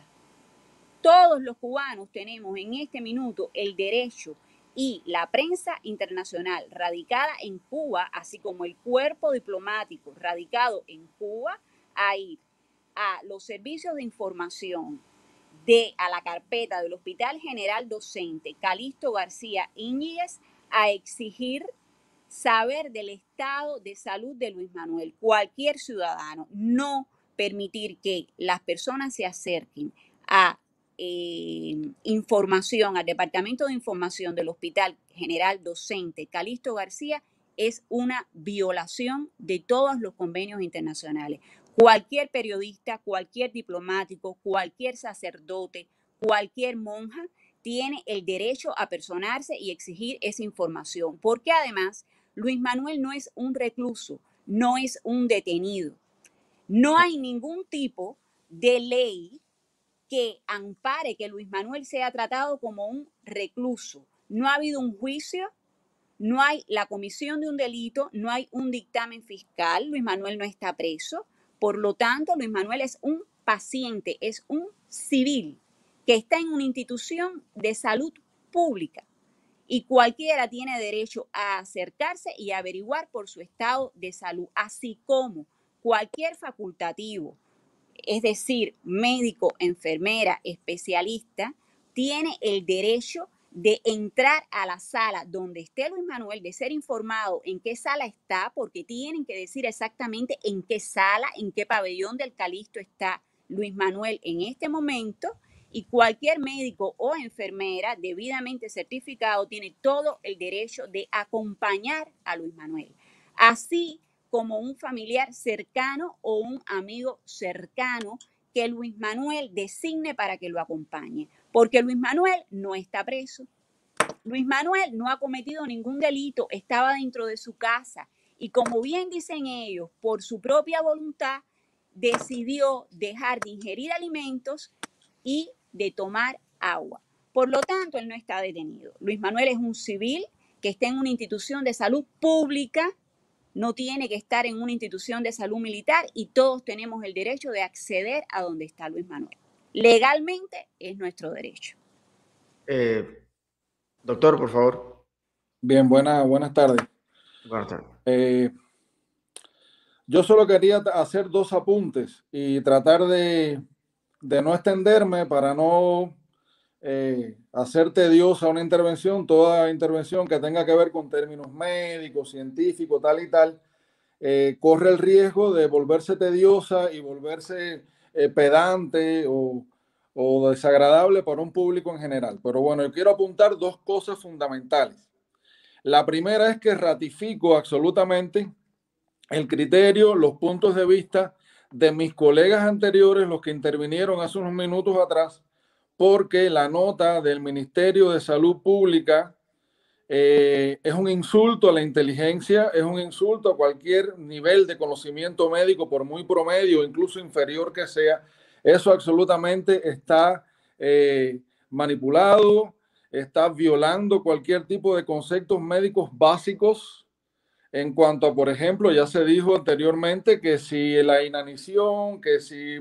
Speaker 9: Todos los cubanos tenemos en este minuto el derecho y la prensa internacional radicada en Cuba, así como el cuerpo diplomático radicado en Cuba, a ir a los servicios de información de a la carpeta del Hospital General Docente Calixto García Íñiguez a exigir saber del estado de salud de Luis Manuel. Cualquier ciudadano, no permitir que las personas se acerquen a eh, información, al Departamento de Información del Hospital General Docente Calixto García es una violación de todos los convenios internacionales. Cualquier periodista, cualquier diplomático, cualquier sacerdote, cualquier monja tiene el derecho a personarse y exigir esa información, porque además Luis Manuel no es un recluso, no es un detenido. No hay ningún tipo de ley que ampare que Luis Manuel sea tratado como un recluso. No ha habido un juicio, no hay la comisión de un delito, no hay un dictamen fiscal, Luis Manuel no está preso. Por lo tanto, Luis Manuel es un paciente, es un civil que está en una institución de salud pública y cualquiera tiene derecho a acercarse y a averiguar por su estado de salud, así como cualquier facultativo, es decir, médico, enfermera, especialista, tiene el derecho de entrar a la sala donde esté Luis Manuel, de ser informado en qué sala está, porque tienen que decir exactamente en qué sala, en qué pabellón del Calixto está Luis Manuel en este momento, y cualquier médico o enfermera debidamente certificado tiene todo el derecho de acompañar a Luis Manuel, así como un familiar cercano o un amigo cercano que Luis Manuel designe para que lo acompañe, porque Luis Manuel no está preso. Luis Manuel no ha cometido ningún delito, estaba dentro de su casa y, como bien dicen ellos, por su propia voluntad decidió dejar de ingerir alimentos y de tomar agua. Por lo tanto, él no está detenido. Luis Manuel es un civil que está en una institución de salud pública, no tiene que estar en una institución de salud militar, y todos tenemos el derecho de acceder a donde está Luis Manuel. Legalmente es nuestro derecho.
Speaker 2: Eh, doctor, por favor.
Speaker 8: Bien, buena, buenas tardes.
Speaker 2: Buenas tardes.
Speaker 8: Eh, yo solo quería hacer dos apuntes y tratar de, de no extenderme para no eh, hacer tediosa una intervención. Toda intervención que tenga que ver con términos médicos, científicos, tal y tal, eh, corre el riesgo de volverse tediosa y volverse eh, pedante o, o desagradable para un público en general. Pero bueno, yo quiero apuntar dos cosas fundamentales. La primera es que ratifico absolutamente el criterio, los puntos de vista de mis colegas anteriores, los que intervinieron hace unos minutos atrás, porque la nota del Ministerio de Salud Pública eh, es un insulto a la inteligencia, es un insulto a cualquier nivel de conocimiento médico, por muy promedio, incluso inferior que sea. Eso absolutamente está eh, manipulado, está violando cualquier tipo de conceptos médicos básicos. En cuanto a, por ejemplo, ya se dijo anteriormente que si la inanición, que si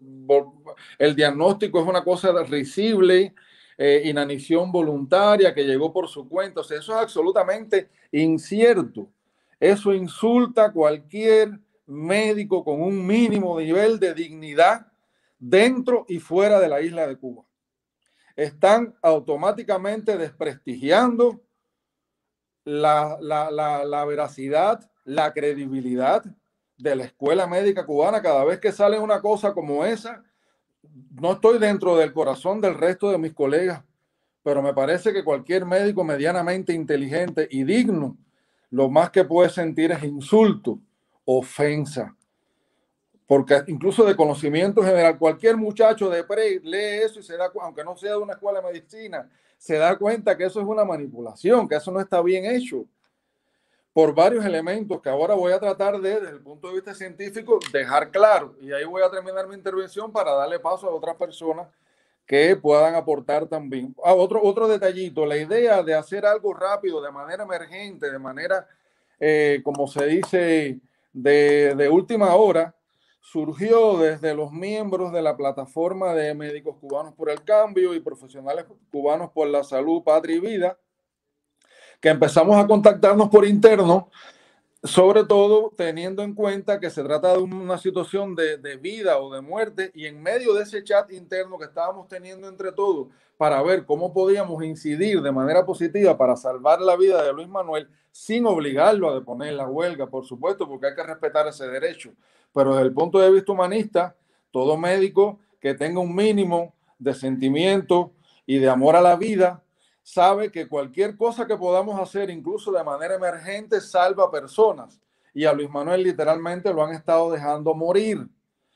Speaker 8: el diagnóstico es una cosa risible, eh, inanición voluntaria que llegó por su cuenta, o sea, eso es absolutamente incierto. Eso insulta a cualquier médico con un mínimo nivel de dignidad dentro y fuera de la isla de Cuba. Están automáticamente desprestigiando La, la, la, la veracidad, la credibilidad de la escuela médica cubana. Cada vez que sale una cosa como esa, no estoy dentro del corazón del resto de mis colegas, pero me parece que cualquier médico medianamente inteligente y digno, lo más que puede sentir es insulto, ofensa, porque incluso de conocimiento general, cualquier muchacho de pre lee eso y se da, aunque no sea de una escuela de medicina, se da cuenta que eso es una manipulación, que eso no está bien hecho, por varios elementos que ahora voy a tratar de, desde el punto de vista científico, dejar claro. Y ahí voy a terminar mi intervención para darle paso a otras personas que puedan aportar también. Ah, otro, otro detallito, la idea de hacer algo rápido, de manera emergente, de manera, eh, como se dice, de, de última hora, surgió desde los miembros de la plataforma de Médicos Cubanos por el Cambio y Profesionales Cubanos por la Salud, Patria y Vida, que empezamos a contactarnos por interno, sobre todo teniendo en cuenta que se trata de una situación de, de vida o de muerte, y en medio de ese chat interno que estábamos teniendo entre todos para ver cómo podíamos incidir de manera positiva para salvar la vida de Luis Manuel, sin obligarlo a deponer la huelga, por supuesto, porque hay que respetar ese derecho. Pero desde el punto de vista humanista, todo médico que tenga un mínimo de sentimiento y de amor a la vida sabe que cualquier cosa que podamos hacer, incluso de manera emergente, salva personas. Y a Luis Manuel literalmente lo han estado dejando morir.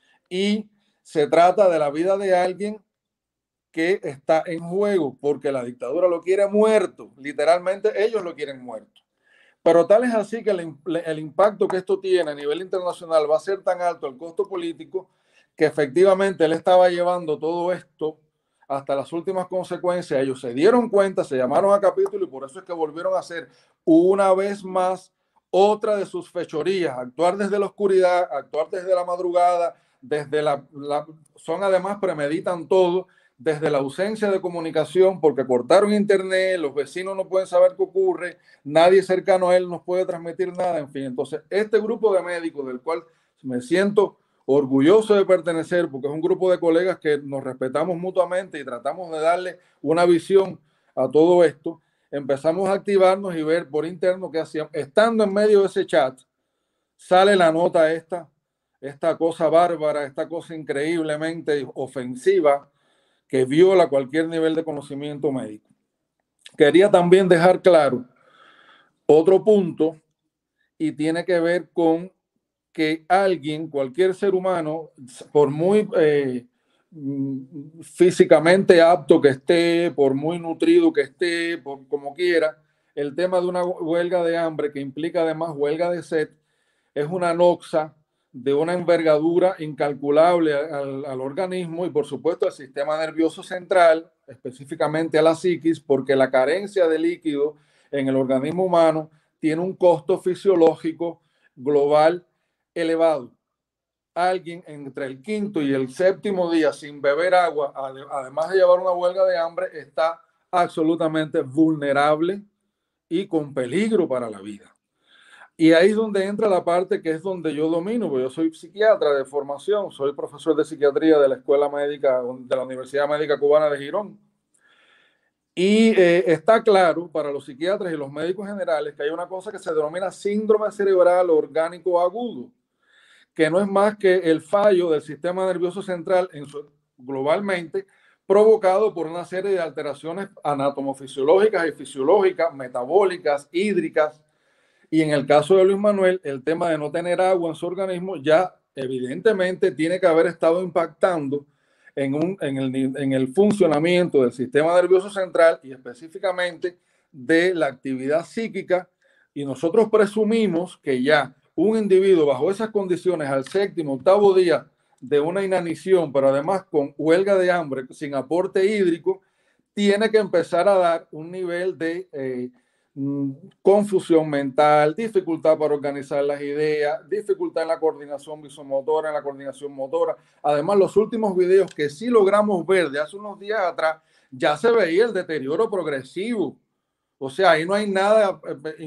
Speaker 8: Y se trata de la vida de alguien que está en juego, porque la dictadura lo quiere muerto. Literalmente ellos lo quieren muerto. Pero tal es así que el, el impacto que esto tiene a nivel internacional va a ser tan alto, el costo político, que efectivamente él estaba llevando todo esto hasta las últimas consecuencias. Ellos se dieron cuenta, se llamaron a capítulo, y por eso es que volvieron a hacer una vez más otra de sus fechorías, actuar desde la oscuridad, actuar desde la madrugada, desde la, la son además premeditan todo, desde la ausencia de comunicación, porque cortaron internet, los vecinos no pueden saber qué ocurre, nadie cercano a él nos puede transmitir nada, en fin. Entonces, este grupo de médicos, del cual me siento orgulloso de pertenecer, porque es un grupo de colegas que nos respetamos mutuamente y tratamos de darle una visión a todo esto, empezamos a activarnos y ver por interno qué hacíamos. Estando en medio de ese chat, sale la nota esta esta cosa bárbara, esta cosa increíblemente ofensiva que viola cualquier nivel de conocimiento médico. Quería también dejar claro otro punto, y tiene que ver con que alguien, cualquier ser humano, por muy eh, físicamente apto que esté, por muy nutrido que esté, por como quiera, el tema de una huelga de hambre, que implica además huelga de sed, es una noxa de una envergadura incalculable al, al organismo y por supuesto al sistema nervioso central, específicamente a la psiquis, porque la carencia de líquido en el organismo humano tiene un costo fisiológico global elevado. Alguien entre el quinto y el séptimo día sin beber agua, además de llevar una huelga de hambre, está absolutamente vulnerable y con peligro para la vida. Y ahí es donde entra la parte que es donde yo domino, porque yo soy psiquiatra de formación, soy profesor de psiquiatría de la Escuela Médica, de la Universidad Médica Cubana de Girón. Y eh, está claro para los psiquiatras y los médicos generales que hay una cosa que se denomina síndrome cerebral orgánico agudo, que no es más que el fallo del sistema nervioso central en su, globalmente, provocado por una serie de alteraciones anatomofisiológicas y fisiológicas, metabólicas, hídricas. Y en el caso de Luis Manuel, el tema de no tener agua en su organismo ya evidentemente tiene que haber estado impactando en, un, en, el, en el funcionamiento del sistema nervioso central y específicamente de la actividad psíquica. Y nosotros presumimos que ya un individuo bajo esas condiciones al séptimo, octavo día de una inanición, pero además con huelga de hambre, sin aporte hídrico, tiene que empezar a dar un nivel de eh, confusión mental, dificultad para organizar las ideas, dificultad en la coordinación visomotora, en la coordinación motora. Además, los últimos videos que sí logramos ver de hace unos días atrás, ya se veía el deterioro progresivo. O sea, ahí no hay nada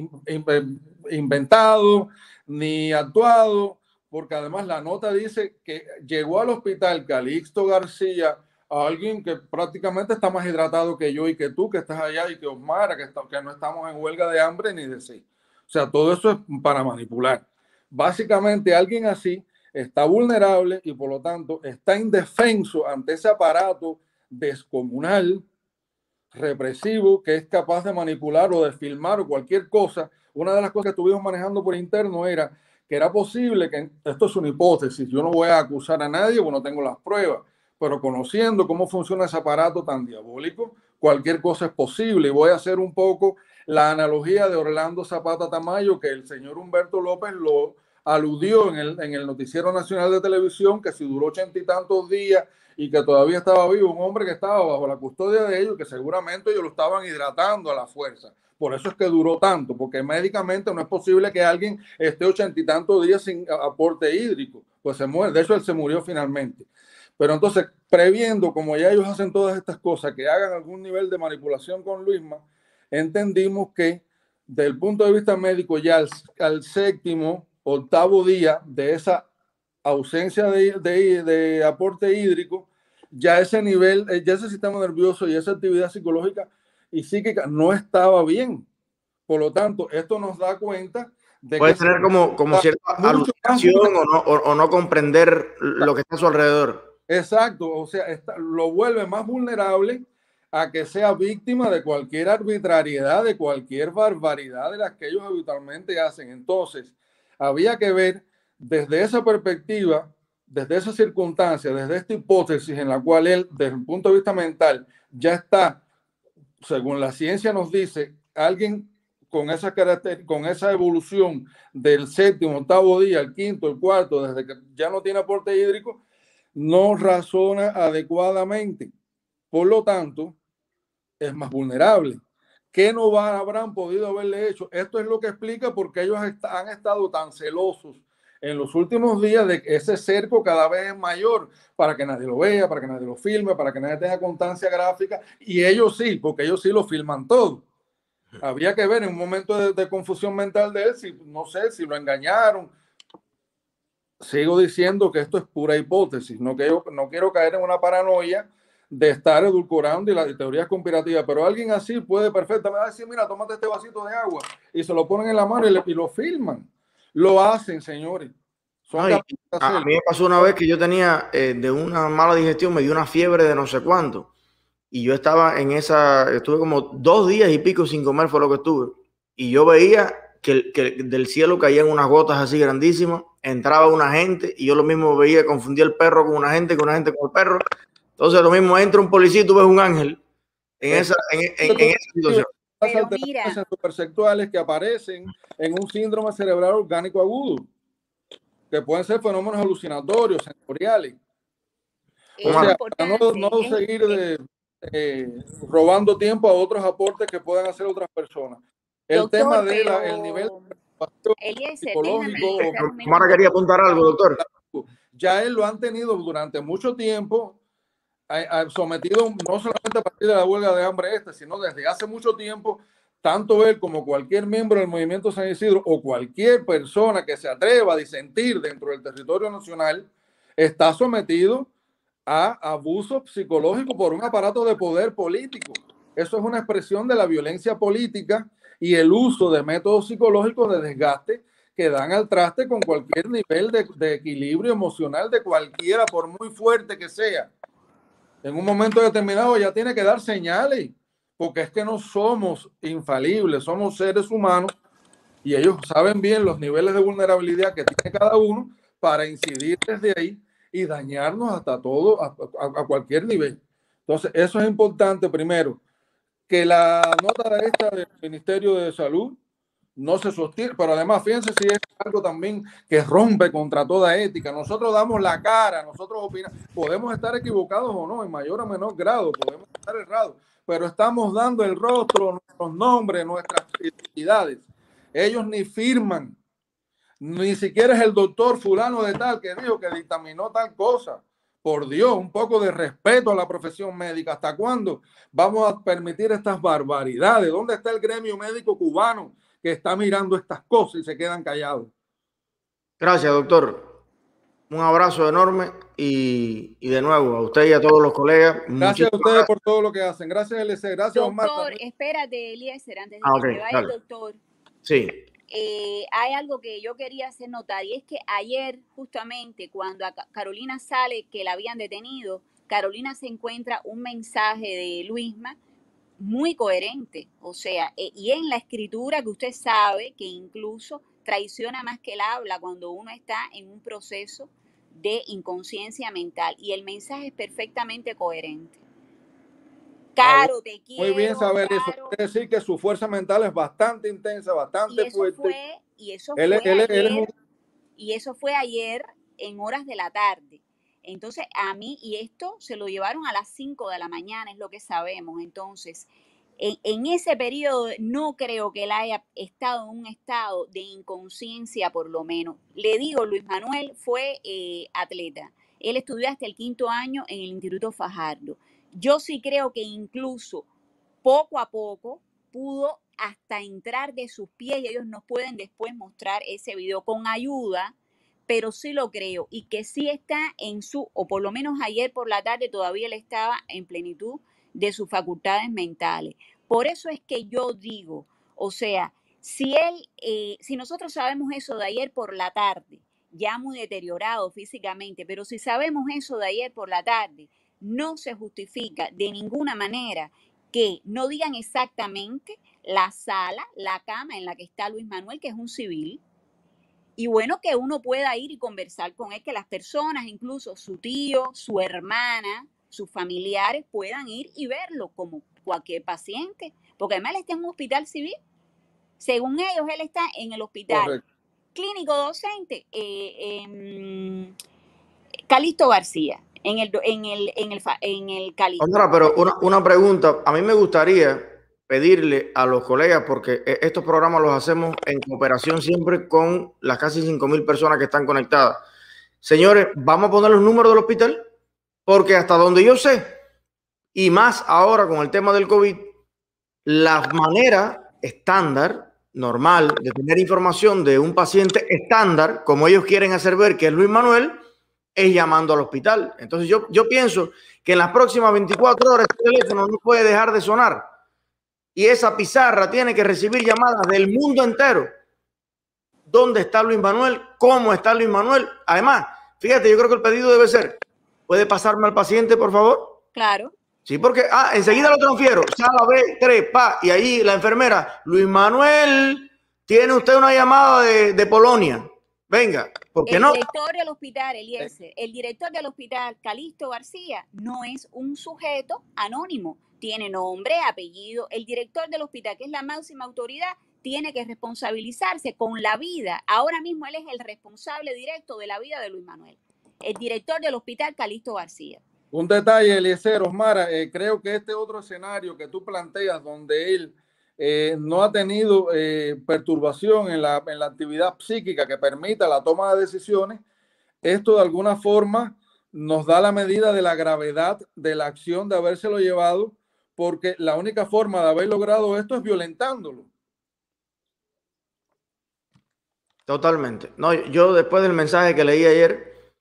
Speaker 8: inventado ni actuado, porque además la nota dice que llegó al hospital Calixto García a alguien que prácticamente está más hidratado que yo y que tú, que estás allá, y que Osmara, que, está, que no estamos en huelga de hambre ni de sed. O sea, todo eso es para manipular. Básicamente, alguien así está vulnerable y por lo tanto está indefenso ante ese aparato descomunal, represivo, que es capaz de manipular o de filmar o cualquier cosa. Una de las cosas que estuvimos manejando por interno era que era posible que, esto es una hipótesis, yo no voy a acusar a nadie porque no tengo las pruebas, pero conociendo cómo funciona ese aparato tan diabólico, cualquier cosa es posible. Y voy a hacer un poco la analogía de Orlando Zapata Tamayo, que el señor Humberto López lo aludió en el, en el Noticiero Nacional de Televisión, que si duró ochenta y tantos días y que todavía estaba vivo, un hombre que estaba bajo la custodia de ellos, que seguramente ellos lo estaban hidratando a la fuerza. Por eso es que duró tanto, porque médicamente no es posible que alguien esté ochenta y tantos días sin aporte hídrico, pues se muere. De hecho, él se murió finalmente. Pero entonces, previendo, como ya ellos hacen todas estas cosas, que hagan algún nivel de manipulación con Luisma, entendimos que desde el punto de vista médico, ya al, al séptimo, octavo día de esa ausencia de, de, de aporte hídrico, ya ese nivel, ya ese sistema nervioso y esa actividad psicológica y psíquica no estaba bien. Por lo tanto, esto nos da cuenta de
Speaker 2: puede
Speaker 8: que
Speaker 2: tener como, como cierta alucinación o no, o, o no comprender lo que está a su alrededor.
Speaker 8: Exacto, o sea, está, lo vuelve más vulnerable a que sea víctima de cualquier arbitrariedad, de cualquier barbaridad de las que ellos habitualmente hacen. Entonces, había que ver desde esa perspectiva, desde esa circunstancia, desde esta hipótesis en la cual él, desde el punto de vista mental, ya está, según la ciencia nos dice, alguien con esa carácter, con esa evolución del séptimo, octavo día, el quinto, el cuarto, desde que ya no tiene aporte hídrico, no razona adecuadamente. Por lo tanto, es más vulnerable. ¿Qué no va, habrán podido haberle hecho? Esto es lo que explica por qué ellos est- han estado tan celosos en los últimos días de que ese cerco cada vez es mayor, para que nadie lo vea, para que nadie lo filme, para que nadie tenga constancia gráfica. Y ellos sí, porque ellos sí lo filman todo. Habría que ver en un momento de, de confusión mental de él, si no sé, si lo engañaron. Sigo diciendo que esto es pura hipótesis, no quiero, no quiero caer en una paranoia de estar edulcorando y las teorías conspirativas, pero alguien así puede perfectamente decir, mira, tómate este vasito de agua y se lo ponen en la mano y, le, y lo filman. Lo hacen, señores. Son
Speaker 2: Ay, a, a mí me pasó una vez que yo tenía eh, de una mala digestión, me dio una fiebre de no sé cuánto. Y yo estaba en esa, estuve como dos días y pico sin comer, fue lo que estuve. Y yo veía que, que del cielo caían unas gotas así grandísimas, entraba una gente y yo lo mismo veía, confundía el perro con una gente, con una gente con el perro. Entonces lo mismo entra un policía y tú ves un ángel en esa, en, en, en esa situación.
Speaker 9: Pero
Speaker 8: Las
Speaker 9: mira,
Speaker 8: alteraciones supersexuales que aparecen en un síndrome cerebral orgánico agudo, que pueden ser fenómenos alucinatorios, sensoriales. O sea, para no, no seguir de, eh, robando tiempo a otros aportes que puedan hacer otras personas. El
Speaker 9: doctor,
Speaker 8: tema del
Speaker 9: pero...
Speaker 8: el nivel
Speaker 9: Eliezer,
Speaker 8: psicológico.
Speaker 2: Mara quería apuntar algo, doctor.
Speaker 8: Ya él lo han tenido durante mucho tiempo sometido no solamente a partir de la huelga de hambre esta, sino desde hace mucho tiempo, tanto él como cualquier miembro del movimiento San Isidro o cualquier persona que se atreva a disentir dentro del territorio nacional está sometido a abuso psicológico por un aparato de poder político. Eso es una expresión de la violencia política y el uso de métodos psicológicos de desgaste que dan al traste con cualquier nivel de, de equilibrio emocional de cualquiera, por muy fuerte que sea. En un momento determinado ya tiene que dar señales, porque es que no somos infalibles, somos seres humanos y ellos saben bien los niveles de vulnerabilidad que tiene cada uno para incidir desde ahí y dañarnos hasta todo, a, a, a cualquier nivel. Entonces, eso es importante primero, que la nota de esta del Ministerio de Salud no se sostiene, pero además fíjense si es algo también que rompe contra toda ética. Nosotros damos la cara, nosotros opinamos, podemos estar equivocados o no, en mayor o menor grado, podemos estar errados, pero estamos dando el rostro, nuestros nombres, nuestras identidades. Ellos ni firman, ni siquiera es el doctor fulano de tal que dijo que dictaminó tal cosa. Por Dios, un poco de respeto a la profesión médica. ¿Hasta cuándo vamos a permitir estas barbaridades? ¿Dónde está el gremio médico cubano que está mirando estas cosas y se quedan callados?
Speaker 2: Gracias, doctor. Un abrazo enorme y, y de nuevo a usted y a todos los colegas.
Speaker 8: Gracias a ustedes gracias. por todo lo que hacen. Gracias, Eliezer. Gracias,
Speaker 9: doctor,
Speaker 8: Omar.
Speaker 9: Espérate, Eliezer, antes de
Speaker 2: ah,
Speaker 9: que
Speaker 2: okay,
Speaker 9: se vaya
Speaker 2: dale.
Speaker 9: el doctor.
Speaker 2: Sí.
Speaker 9: Eh, hay algo que yo quería hacer notar y es que ayer justamente cuando a Carolina sale que la habían detenido, Carolina se encuentra un mensaje de Luisma muy coherente, o sea, eh, y en la escritura que usted sabe que incluso traiciona más que el habla cuando uno está en un proceso de inconsciencia mental y el mensaje es perfectamente coherente. Caro, ah, te quiero.
Speaker 8: Muy bien saber
Speaker 9: Caro.
Speaker 8: eso. Quiere decir que su fuerza mental es bastante intensa, bastante
Speaker 9: y eso
Speaker 8: fuerte.
Speaker 9: Fue, y eso
Speaker 8: él,
Speaker 9: fue
Speaker 8: él,
Speaker 9: ayer,
Speaker 8: él es un...
Speaker 9: y eso fue ayer en horas de la tarde. Entonces, a mí, y esto se lo llevaron a las cinco de la mañana, es lo que sabemos. Entonces, en, en ese periodo no creo que él haya estado en un estado de inconsciencia, por lo menos. Le digo, Luis Manuel fue eh, atleta. Él estudió hasta el quinto año en el Instituto Fajardo. Yo sí creo que incluso poco a poco pudo hasta entrar de sus pies y ellos nos pueden después mostrar ese video con ayuda, pero sí lo creo y que sí está en su, o por lo menos ayer por la tarde todavía él estaba en plenitud de sus facultades mentales. Por eso es que yo digo, o sea, si él, eh, si nosotros sabemos eso de ayer por la tarde, ya muy deteriorado físicamente, pero si sabemos eso de ayer por la tarde, no se justifica de ninguna manera que no digan exactamente la sala, la cama en la que está Luis Manuel, que es un civil, y bueno, que uno pueda ir y conversar con él, que las personas, incluso su tío, su hermana, sus familiares, puedan ir y verlo como cualquier paciente, porque además él está en un hospital civil. Según ellos, él está en el hospital Correcto. Clínico docente eh, eh, Calixto García. En el, en el, en el, en el Calixto.
Speaker 2: Ahora, pero una, una pregunta. A mí me gustaría pedirle a los colegas, porque estos programas los hacemos en cooperación siempre con las casi cinco mil personas que están conectadas. Señores, vamos a poner los números del hospital, porque hasta donde yo sé, y más ahora con el tema del COVID, la manera estándar, normal, de tener información de un paciente estándar, como ellos quieren hacer ver que es Luis Manuel, es llamando al hospital. Entonces yo, yo pienso que en las próximas veinticuatro horas el teléfono no puede dejar de sonar y esa pizarra tiene que recibir llamadas del mundo entero dónde está Luis Manuel, cómo está Luis Manuel. Además, fíjate, yo creo que el pedido debe ser, ¿puede pasarme al paciente, por favor?
Speaker 9: Claro.
Speaker 2: Sí, porque ah, enseguida lo transfiero, sala B tres, pa, y ahí la enfermera, Luis Manuel, tiene usted una llamada de, de Polonia. Venga, ¿por qué
Speaker 9: el
Speaker 2: no?
Speaker 9: El director del hospital, Eliezer, el director del hospital, Calixto García, no es un sujeto anónimo. Tiene nombre, apellido. El director del hospital, que es la máxima autoridad, tiene que responsabilizarse con la vida. Ahora mismo él es el responsable directo de la vida de Luis Manuel. El director del hospital, Calixto García.
Speaker 8: Un detalle, Eliezer, Osmara, eh, creo que este otro escenario que tú planteas, donde él eh, no ha tenido eh, perturbación en la, en la actividad psíquica que permita la toma de decisiones, esto de alguna forma nos da la medida de la gravedad de la acción de habérselo llevado, porque la única forma de haber logrado esto es violentándolo.
Speaker 2: Totalmente. No, yo después del mensaje que leí ayer,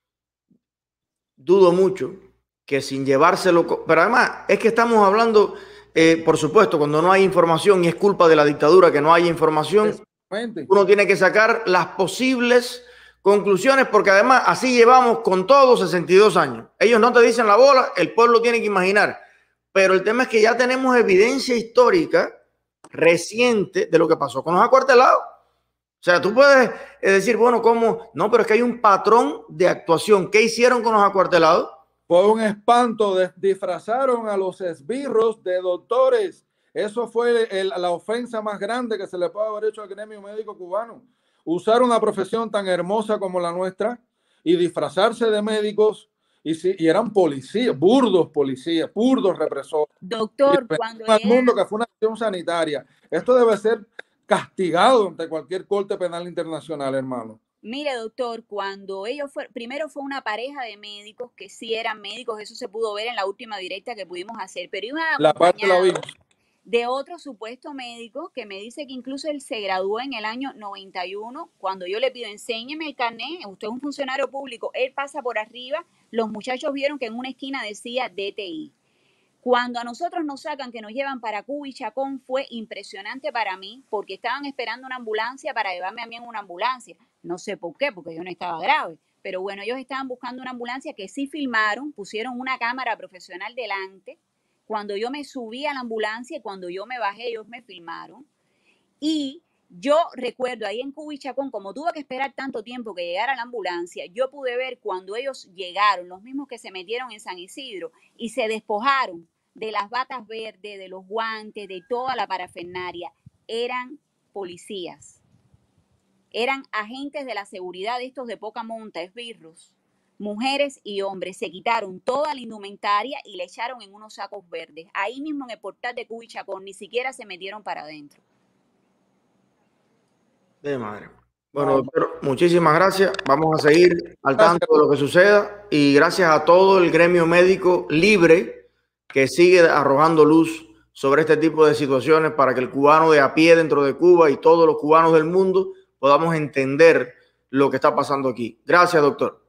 Speaker 2: dudo mucho que sin llevárselo, pero además es que estamos hablando, eh, por supuesto, cuando no hay información y es culpa de la dictadura que no haya información, uno tiene que sacar las posibles conclusiones, porque además así llevamos con todos sesenta y dos años. Ellos no te dicen la bola, el pueblo tiene que imaginar, pero el tema es que ya tenemos evidencia histórica reciente de lo que pasó con los acuartelados. O sea, tú puedes decir, bueno, ¿cómo? No, pero es que hay un patrón de actuación. ¿Qué hicieron con los acuartelados?
Speaker 8: Fue un espanto, disfrazaron a los esbirros de doctores. Eso fue el, la ofensa más grande que se le puede haber hecho al gremio médico cubano. Usar una profesión tan hermosa como la nuestra y disfrazarse de médicos y, si, y eran policías, burdos policías, burdos represores.
Speaker 9: Doctor, cuando
Speaker 8: al mundo que fue una acción sanitaria. Esto debe ser castigado ante cualquier corte penal internacional, hermano.
Speaker 9: Mire, doctor, cuando ellos fueron, primero fue una pareja de médicos que sí eran médicos, eso se pudo ver en la última directa que pudimos hacer, pero iban
Speaker 8: la parte la vimos.
Speaker 9: De otro supuesto médico que me dice que incluso él se graduó en el año noventa y uno. Cuando yo le pido, enséñeme el carnet, usted es un funcionario público, él pasa por arriba, los muchachos vieron que en una esquina decía D T I. Cuando a nosotros nos sacan, que nos llevan para Cuba y Chacón, fue impresionante para mí, porque estaban esperando una ambulancia para llevarme a mí en una ambulancia. No sé por qué, porque yo no estaba grave. Pero bueno, ellos estaban buscando una ambulancia que sí filmaron, pusieron una cámara profesional delante. Cuando yo me subí a la ambulancia y cuando yo me bajé, ellos me filmaron. Y yo recuerdo ahí en Cuba y Chacón, como tuve que esperar tanto tiempo que llegara la ambulancia, yo pude ver cuando ellos llegaron, los mismos que se metieron en San Isidro y se despojaron de las batas verdes, de los guantes, de toda la parafernaria, eran policías, eran agentes de la seguridad, estos de poca monta, esbirros, mujeres y hombres. Se quitaron toda la indumentaria y le echaron en unos sacos verdes, ahí mismo en el portal de Cuba y Chacón, ni siquiera se metieron para adentro.
Speaker 2: De madre. Bueno, doctor, muchísimas gracias. Vamos a seguir al tanto de lo que suceda y gracias a todo el gremio médico libre que sigue arrojando luz sobre este tipo de situaciones para que el cubano de a pie dentro de Cuba y todos los cubanos del mundo podamos entender lo que está pasando aquí. Gracias, doctor.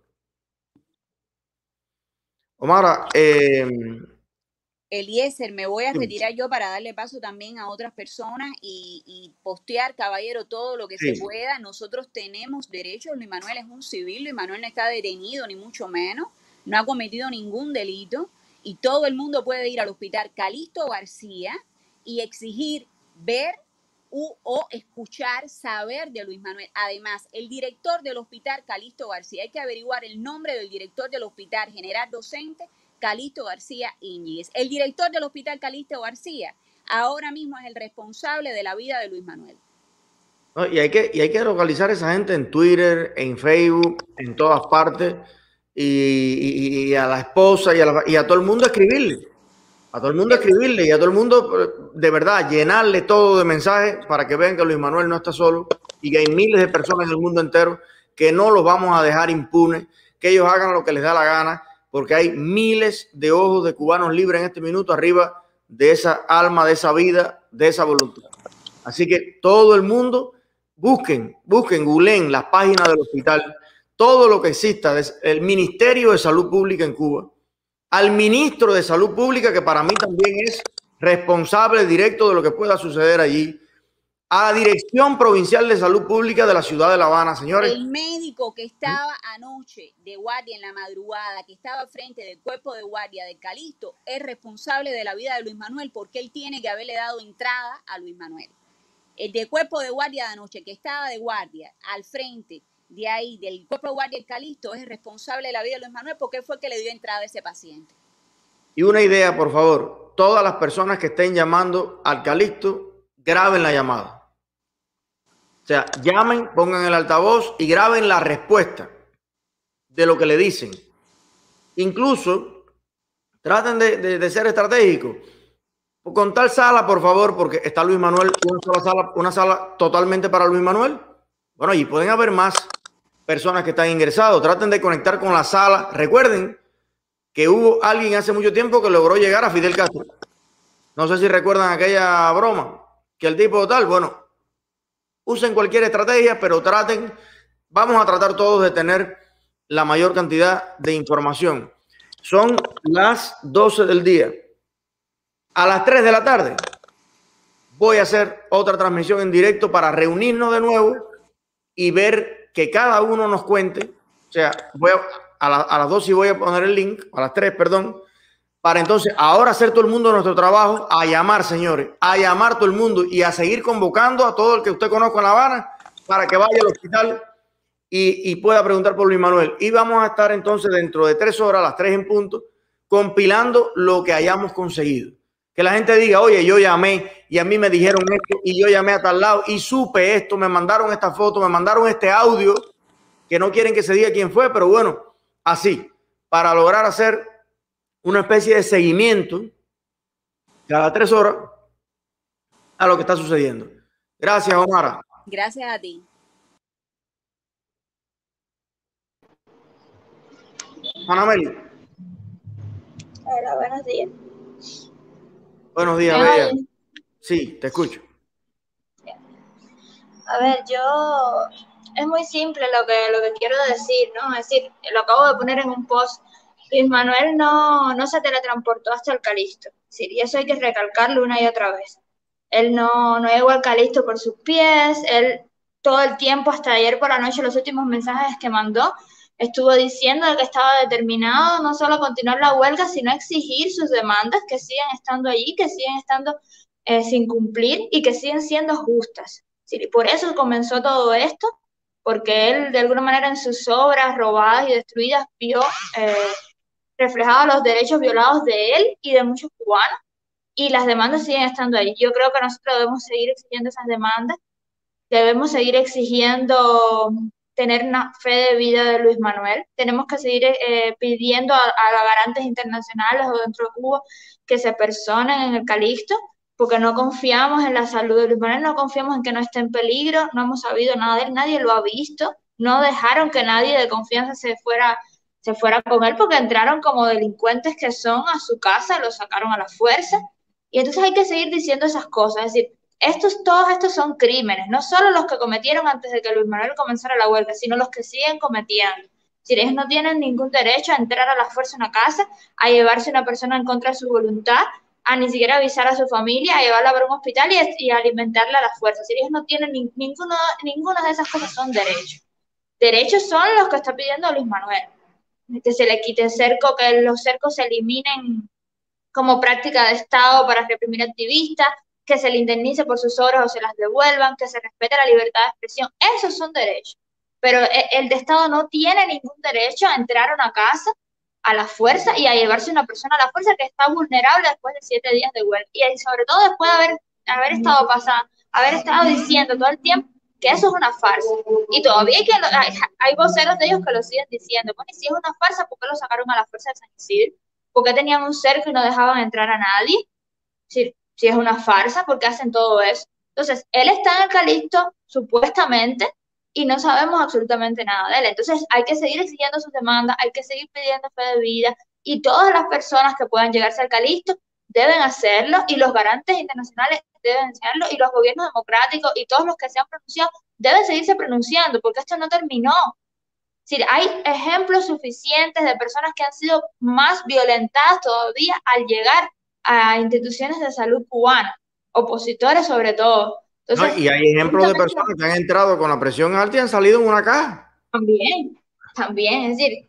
Speaker 2: Omara, eh,
Speaker 9: Eliezer, me voy a retirar yo para darle paso también a otras personas y, y postear, caballero, todo lo que sí. se pueda. Nosotros tenemos derechos. Luis Manuel es un civil, Luis Manuel no está detenido, ni mucho menos, no ha cometido ningún delito y todo el mundo puede ir al hospital Calixto García y exigir ver u, o escuchar, saber de Luis Manuel. Además, el director del hospital Calixto García, hay que averiguar el nombre del director del hospital general docente Calixto García Íñiguez. El director del hospital Calixto García ahora mismo es el responsable de la vida de Luis Manuel.
Speaker 2: No, y, hay que, y hay que localizar a esa gente en Twitter, en Facebook, en todas partes, y, y, y a la esposa y a, la, y a todo el mundo escribirle, a todo el mundo escribirle y a todo el mundo de verdad llenarle todo de mensajes para que vean que Luis Manuel no está solo y que hay miles de personas en el mundo entero que no los vamos a dejar impunes, que ellos hagan lo que les da la gana, porque hay miles de ojos de cubanos libres en este minuto arriba de esa alma, de esa vida, de esa voluntad. Así que todo el mundo, busquen, busquen, googleen las páginas del hospital, todo lo que exista, el Ministerio de Salud Pública en Cuba, al ministro de Salud Pública, que para mí también es responsable directo de lo que pueda suceder allí, a la Dirección Provincial de Salud Pública de la ciudad de La Habana, señores.
Speaker 9: El médico que estaba anoche de guardia en la madrugada, que estaba frente del cuerpo de guardia del Calixto, es responsable de la vida de Luis Manuel porque él tiene que haberle dado entrada a Luis Manuel. El de cuerpo de guardia de anoche, que estaba de guardia al frente de ahí, del cuerpo de guardia del Calixto, es responsable de la vida de Luis Manuel porque él fue el que le dio entrada a ese paciente.
Speaker 2: Y una idea, por favor, todas las personas que estén llamando al Calixto, graben la llamada. O sea, llamen, pongan el altavoz y graben la respuesta de lo que le dicen. Incluso traten de, de, de ser estratégicos. Con tal sala, por favor, porque está Luis Manuel, una sola sala, una sala totalmente para Luis Manuel. Bueno, y pueden haber más personas que están ingresados. Traten de conectar con la sala. Recuerden que hubo alguien hace mucho tiempo que logró llegar a Fidel Castro. No sé si recuerdan aquella broma, que el tipo tal, bueno, usen cualquier estrategia, pero traten, vamos a tratar todos de tener la mayor cantidad de información. Son las doce del día. A las tres de la tarde voy a hacer otra transmisión en directo para reunirnos de nuevo y ver que cada uno nos cuente. O sea, voy a, a, la, a las dos y voy a poner el link, a las tres, perdón, para entonces ahora hacer todo el mundo nuestro trabajo, a llamar, señores, a llamar todo el mundo y a seguir convocando a todo el que usted conozca en La Habana para que vaya al hospital y, y pueda preguntar por Luis Manuel. Y vamos a estar entonces dentro de tres horas, a las tres en punto, compilando lo que hayamos conseguido. Que la gente diga, oye, yo llamé y a mí me dijeron esto y yo llamé a tal lado y supe esto, me mandaron esta foto, me mandaron este audio, que no quieren que se diga quién fue, pero bueno, así, para lograr hacer una especie de seguimiento cada tres horas a lo que está sucediendo. Gracias, Omar.
Speaker 9: Gracias a ti.
Speaker 2: Ana Meli.
Speaker 10: Hola, buenos días.
Speaker 2: Buenos días, Bella. Sí, te escucho.
Speaker 10: A ver, yo... Es muy simple lo que, lo que quiero decir, ¿no? Es decir, lo acabo de poner en un post. Luis Manuel no, no se teletransportó hasta el Calixto. Sí, y eso hay que recalcarlo una y otra vez. Él no, no llegó al Calixto por sus pies. Él todo el tiempo, hasta ayer por la noche, los últimos mensajes que mandó, estuvo diciendo que estaba determinado no solo a continuar la huelga, sino a exigir sus demandas, que sigan estando allí, que sigan estando eh, sin cumplir y que siguen siendo justas. Sí, y por eso comenzó todo esto, porque él de alguna manera en sus obras robadas y destruidas vio eh, reflejados los derechos violados de él y de muchos cubanos, y las demandas siguen estando ahí. Yo creo que nosotros debemos seguir exigiendo esas demandas, debemos seguir exigiendo tener una fe de vida de Luis Manuel, tenemos que seguir eh, pidiendo a, a los garantes internacionales o dentro de Cuba que se personen en el Calixto, porque no confiamos en la salud de Luis Manuel, no confiamos en que no esté en peligro, no hemos sabido nada de él, nadie lo ha visto, no dejaron que nadie de confianza se fuera, se fuera con él, porque entraron como delincuentes que son a su casa, lo sacaron a la fuerza, y entonces hay que seguir diciendo esas cosas, es decir, estos, todos estos son crímenes, no solo los que cometieron antes de que Luis Manuel comenzara la huelga, sino los que siguen cometiendo. Si ellos no tienen ningún derecho a entrar a la fuerza en una casa, a llevarse a una persona en contra de su voluntad, a ni siquiera avisar a su familia, a llevarla para un hospital y, y alimentarla a la fuerza. Si ellos no tienen ni, ninguno, ninguna de esas cosas son derechos. Derechos son los que está pidiendo Luis Manuel. Que se le quite cerco, que los cercos se eliminen como práctica de Estado para reprimir activistas, que se le indemnice por sus obras o se las devuelvan, que se respete la libertad de expresión. Esos son derechos. Pero el de Estado no tiene ningún derecho a entrar a una casa a la fuerza y a llevarse una persona a la fuerza que está vulnerable después de siete días de huelga. Y sobre todo después de haber, haber estado pasando, haber estado diciendo todo el tiempo que eso es una farsa. Y todavía hay, que, hay, hay voceros de ellos que lo siguen diciendo. Bueno, y si es una farsa, ¿por qué lo sacaron a la fuerza de San Isidro? ¿Por qué tenían un cerco y no dejaban entrar a nadie? Si, si es una farsa, ¿por qué hacen todo eso? Entonces, él está en el Calixto, supuestamente, y no sabemos absolutamente nada de él. Entonces hay que seguir exigiendo sus demandas, hay que seguir pidiendo fe de vida, y todas las personas que puedan llegarse al Calixto deben hacerlo, y los garantes internacionales deben hacerlo, y los gobiernos democráticos y todos los que se han pronunciado deben seguirse pronunciando, porque esto no terminó. Es decir, hay ejemplos suficientes de personas que han sido más violentadas todavía al llegar a instituciones de salud cubanas, opositores sobre todo.
Speaker 2: Entonces, no, y hay ejemplos de personas que han entrado con la presión alta y han salido en una caja.
Speaker 10: También, también, es decir,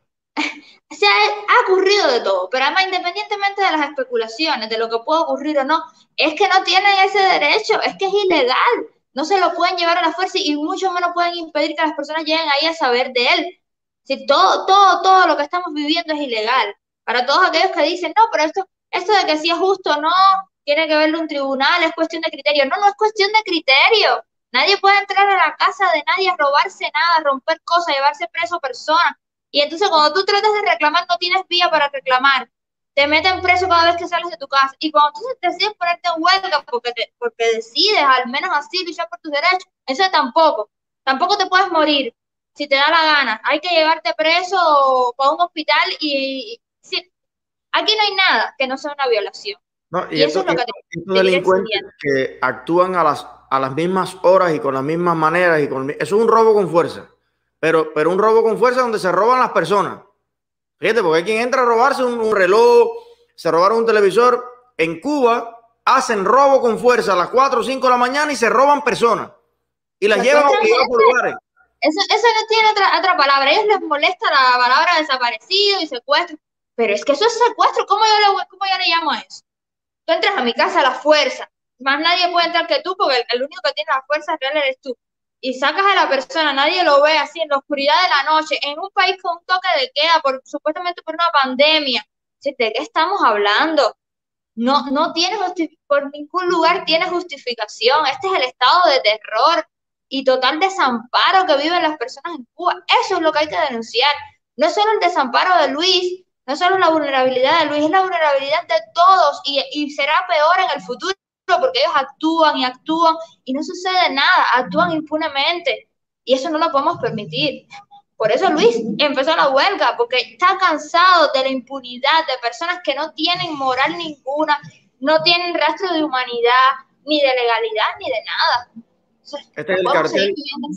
Speaker 10: se ha, ha ocurrido de todo, pero además independientemente de las especulaciones, de lo que pueda ocurrir o no, es que no tienen ese derecho, es que es ilegal, no se lo pueden llevar a la fuerza y mucho menos pueden impedir que las personas lleguen ahí a saber de él. Si todo, todo, todo lo que estamos viviendo es ilegal. Para todos aquellos que dicen, no, pero esto, esto de que si es justo o no, tiene que verlo un tribunal, es cuestión de criterio. No, no es cuestión de criterio. Nadie puede entrar a la casa de nadie a robarse nada, romper cosas, llevarse preso a personas. Y entonces cuando tú tratas de reclamar, no tienes vía para reclamar. Te meten preso cada vez que sales de tu casa. Y cuando tú decides ponerte en huelga porque, te, porque decides al menos así luchar por tus derechos, eso tampoco. Tampoco te puedes morir si te da la gana. Hay que llevarte preso para un hospital y... y sí, aquí no hay nada que no sea una violación.
Speaker 2: No, y, y esto, eso es lo que te, estos delincuentes que actúan a las, a las mismas horas y con las mismas maneras. Y con, eso es un robo con fuerza. Pero, pero un robo con fuerza donde se roban las personas. Fíjate, porque hay quien entra a robarse un, un reloj, se robaron un televisor. En Cuba hacen robo con fuerza a las cuatro o cinco de la mañana y se roban personas. Y las llevan obligadas por lugares.
Speaker 10: Eso, eso no tiene otra, otra palabra. A ellos les molesta la palabra desaparecido y secuestro. Pero es que eso es secuestro. ¿Cómo yo le, cómo yo le llamo a eso? Tú entras a mi casa a la fuerza. Más nadie puede entrar que tú porque el, el único que tiene la fuerza real eres tú. Y sacas a la persona, nadie lo ve así en la oscuridad de la noche, en un país con un toque de queda, por, supuestamente por una pandemia. ¿De qué estamos hablando? No, no tiene por ningún lugar tiene justificación. Este es el estado de terror y total desamparo que viven las personas en Cuba. Eso es lo que hay que denunciar. No es solo el desamparo de Luis, no es solo la vulnerabilidad de Luis, es la vulnerabilidad de todos y, y será peor en el futuro, porque ellos actúan y actúan y no sucede nada, actúan impunemente y eso no lo podemos permitir. Por eso Luis empezó la huelga, porque está cansado de la impunidad de personas que no tienen moral ninguna, no tienen rastro de humanidad, ni de legalidad, ni de nada.
Speaker 2: Este es el cartel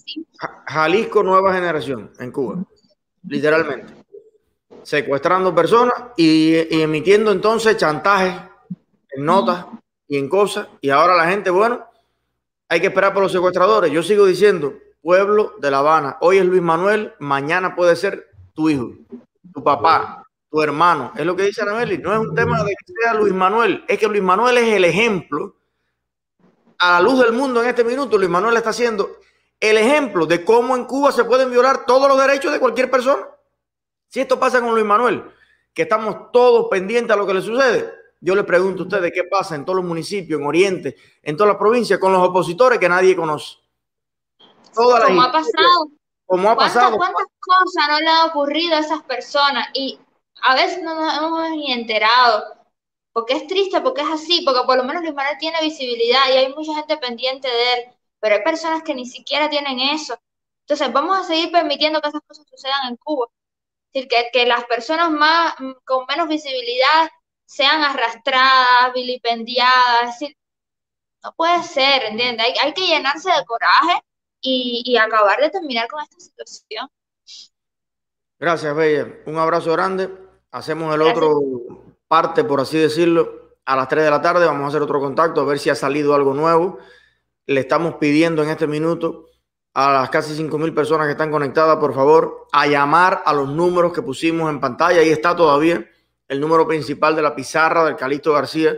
Speaker 2: Jalisco Nueva Generación en Cuba, literalmente. Secuestrando personas y, y emitiendo entonces chantajes en notas y en cosas, y ahora la gente, bueno, hay que esperar por los secuestradores. Yo sigo diciendo, pueblo de La Habana, hoy es Luis Manuel, mañana puede ser tu hijo, tu papá, tu hermano, es lo que dice Anabeli. No es un tema de que sea Luis Manuel, es que Luis Manuel es el ejemplo a la luz del mundo en este minuto. Luis Manuel está haciendo el ejemplo de cómo en Cuba se pueden violar todos los derechos de cualquier persona. Si esto pasa con Luis Manuel, que estamos todos pendientes a lo que le sucede, yo le pregunto a ustedes qué pasa en todos los municipios, en Oriente, en todas las provincias, con los opositores que nadie conoce.
Speaker 10: Toda como ha pasado.
Speaker 2: Como ha pasado.
Speaker 10: ¿Cuántas cosas no le han ocurrido a esas personas? Y a veces no nos hemos ni enterado. Porque es triste, porque es así, porque por lo menos Luis Manuel tiene visibilidad y hay mucha gente pendiente de él. Pero hay personas que ni siquiera tienen eso. Entonces vamos a seguir permitiendo que esas cosas sucedan en Cuba. Es decir, que, que las personas más con menos visibilidad sean arrastradas, vilipendiadas, es decir, no puede ser, ¿entiendes? Hay, hay que llenarse de coraje y, y acabar de terminar con esta situación.
Speaker 2: Gracias, Bella. Un abrazo grande. Hacemos el Gracias. Otro parte, por así decirlo, a las tres de la tarde. Vamos a hacer otro contacto, a ver si ha salido algo nuevo. Le estamos pidiendo en este minuto a las casi cinco mil personas que están conectadas, por favor, a llamar a los números que pusimos en pantalla. Ahí está todavía el número principal de la pizarra del Calixto García.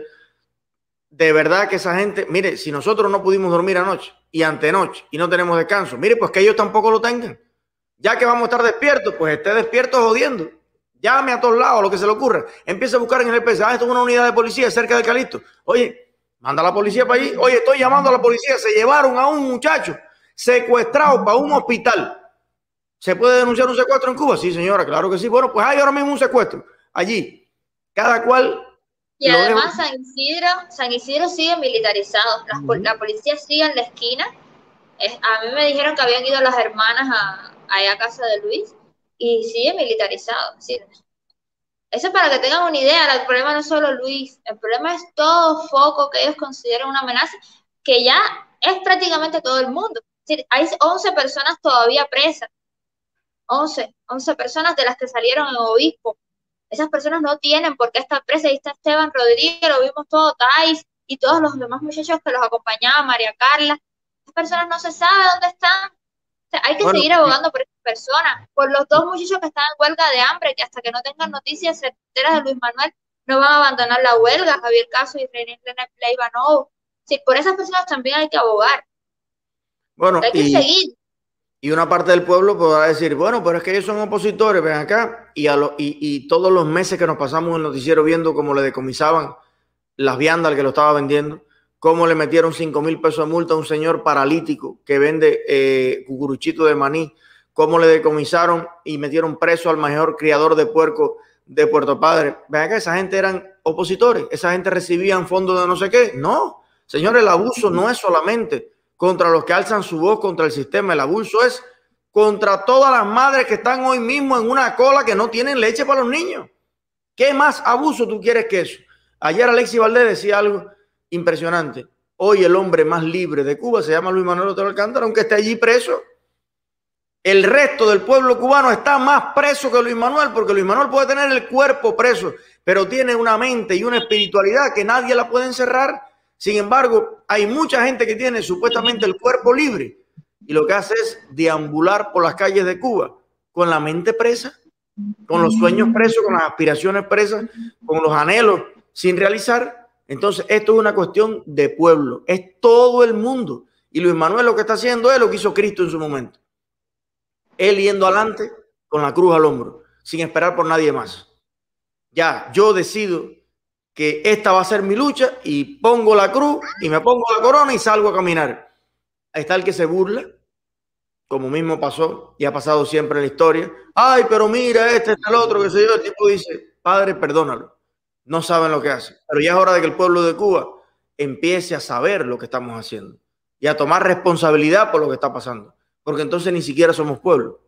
Speaker 2: De verdad que esa gente, mire, si nosotros no pudimos dormir anoche y antenoche y no tenemos descanso, mire, pues que ellos tampoco lo tengan. Ya que vamos a estar despiertos, pues esté despierto jodiendo. Llame a todos lados, lo que se le ocurra. Empiece a buscar en el P C. Ah, esto es una unidad de policía cerca del Calixto. Oye, manda a la policía para allí. Oye, estoy llamando a la policía. Se llevaron a un muchacho secuestrado para un hospital. ¿Se puede denunciar un secuestro en Cuba? Sí, señora, claro que sí. Bueno, pues hay ahora mismo un secuestro. Allí, cada cual.
Speaker 10: Y además San Isidro, San Isidro sigue militarizado. La, uh-huh. la policía sigue en la esquina. Es, a mí me dijeron que habían ido las hermanas a, a, a casa de Luis y sigue militarizado. ¿Sí? Eso es para que tengan una idea. El problema no es solo Luis, el problema es todo foco que ellos consideran una amenaza, que ya es prácticamente todo el mundo. Es decir, hay once personas todavía presas. once, once personas de las que salieron en Obispo. Esas personas no tienen por qué estar presas. Ahí está Esteban Rodríguez, lo vimos todo, Thais y todos los demás muchachos que los acompañaban, María Carla. personas no se sabe dónde están. O sea, hay que bueno, seguir abogando por esas personas, por los dos muchachos que están en huelga de hambre, que hasta que no tengan noticias certeras de Luis Manuel no van a abandonar la huelga, Javier Caso y René Leibanov. Sí, por esas personas también hay que abogar.
Speaker 2: Bueno,
Speaker 10: hay que
Speaker 2: y,
Speaker 10: seguir.
Speaker 2: Y una parte del pueblo podrá decir, bueno, pero es que ellos son opositores, ven acá, y, a lo, y, y todos los meses que nos pasamos en el noticiero viendo cómo le decomisaban las viandas al que lo estaba vendiendo, cómo le metieron cinco mil pesos de multa a un señor paralítico que vende eh, cucuruchito de maní, cómo le decomisaron y metieron preso al mejor criador de puerco de Puerto Padre. Ven acá, esa gente eran opositores, esa gente recibían fondos de no sé qué. No, señores, el abuso no es solamente contra los que alzan su voz contra el sistema, el abuso es contra todas las madres que están hoy mismo en una cola que no tienen leche para los niños. ¿Qué más abuso tú quieres que eso? Ayer Alexis Valdés decía algo impresionante. Hoy el hombre más libre de Cuba se llama Luis Manuel Otero Alcántara, aunque esté allí preso. El resto del pueblo cubano está más preso que Luis Manuel, porque Luis Manuel puede tener el cuerpo preso, pero tiene una mente y una espiritualidad que nadie la puede encerrar. Sin embargo, hay mucha gente que tiene supuestamente el cuerpo libre y lo que hace es deambular por las calles de Cuba con la mente presa, con los sueños presos, con las aspiraciones presas, con los anhelos sin realizar. Entonces, esto es una cuestión de pueblo, es todo el mundo. Y Luis Manuel lo que está haciendo es lo que hizo Cristo en su momento. Él yendo adelante con la cruz al hombro, sin esperar por nadie más. Ya, yo decido que esta va a ser mi lucha y pongo la cruz y me pongo la corona y salgo a caminar. Ahí está el que se burla, como mismo pasó y ha pasado siempre en la historia. Ay, pero mira, este es el otro, que sé yo. El tipo dice, Padre, perdónalo. No saben lo que hacen. Pero ya es hora de que el pueblo de Cuba empiece a saber lo que estamos haciendo y a tomar responsabilidad por lo que está pasando. Porque entonces ni siquiera somos pueblo.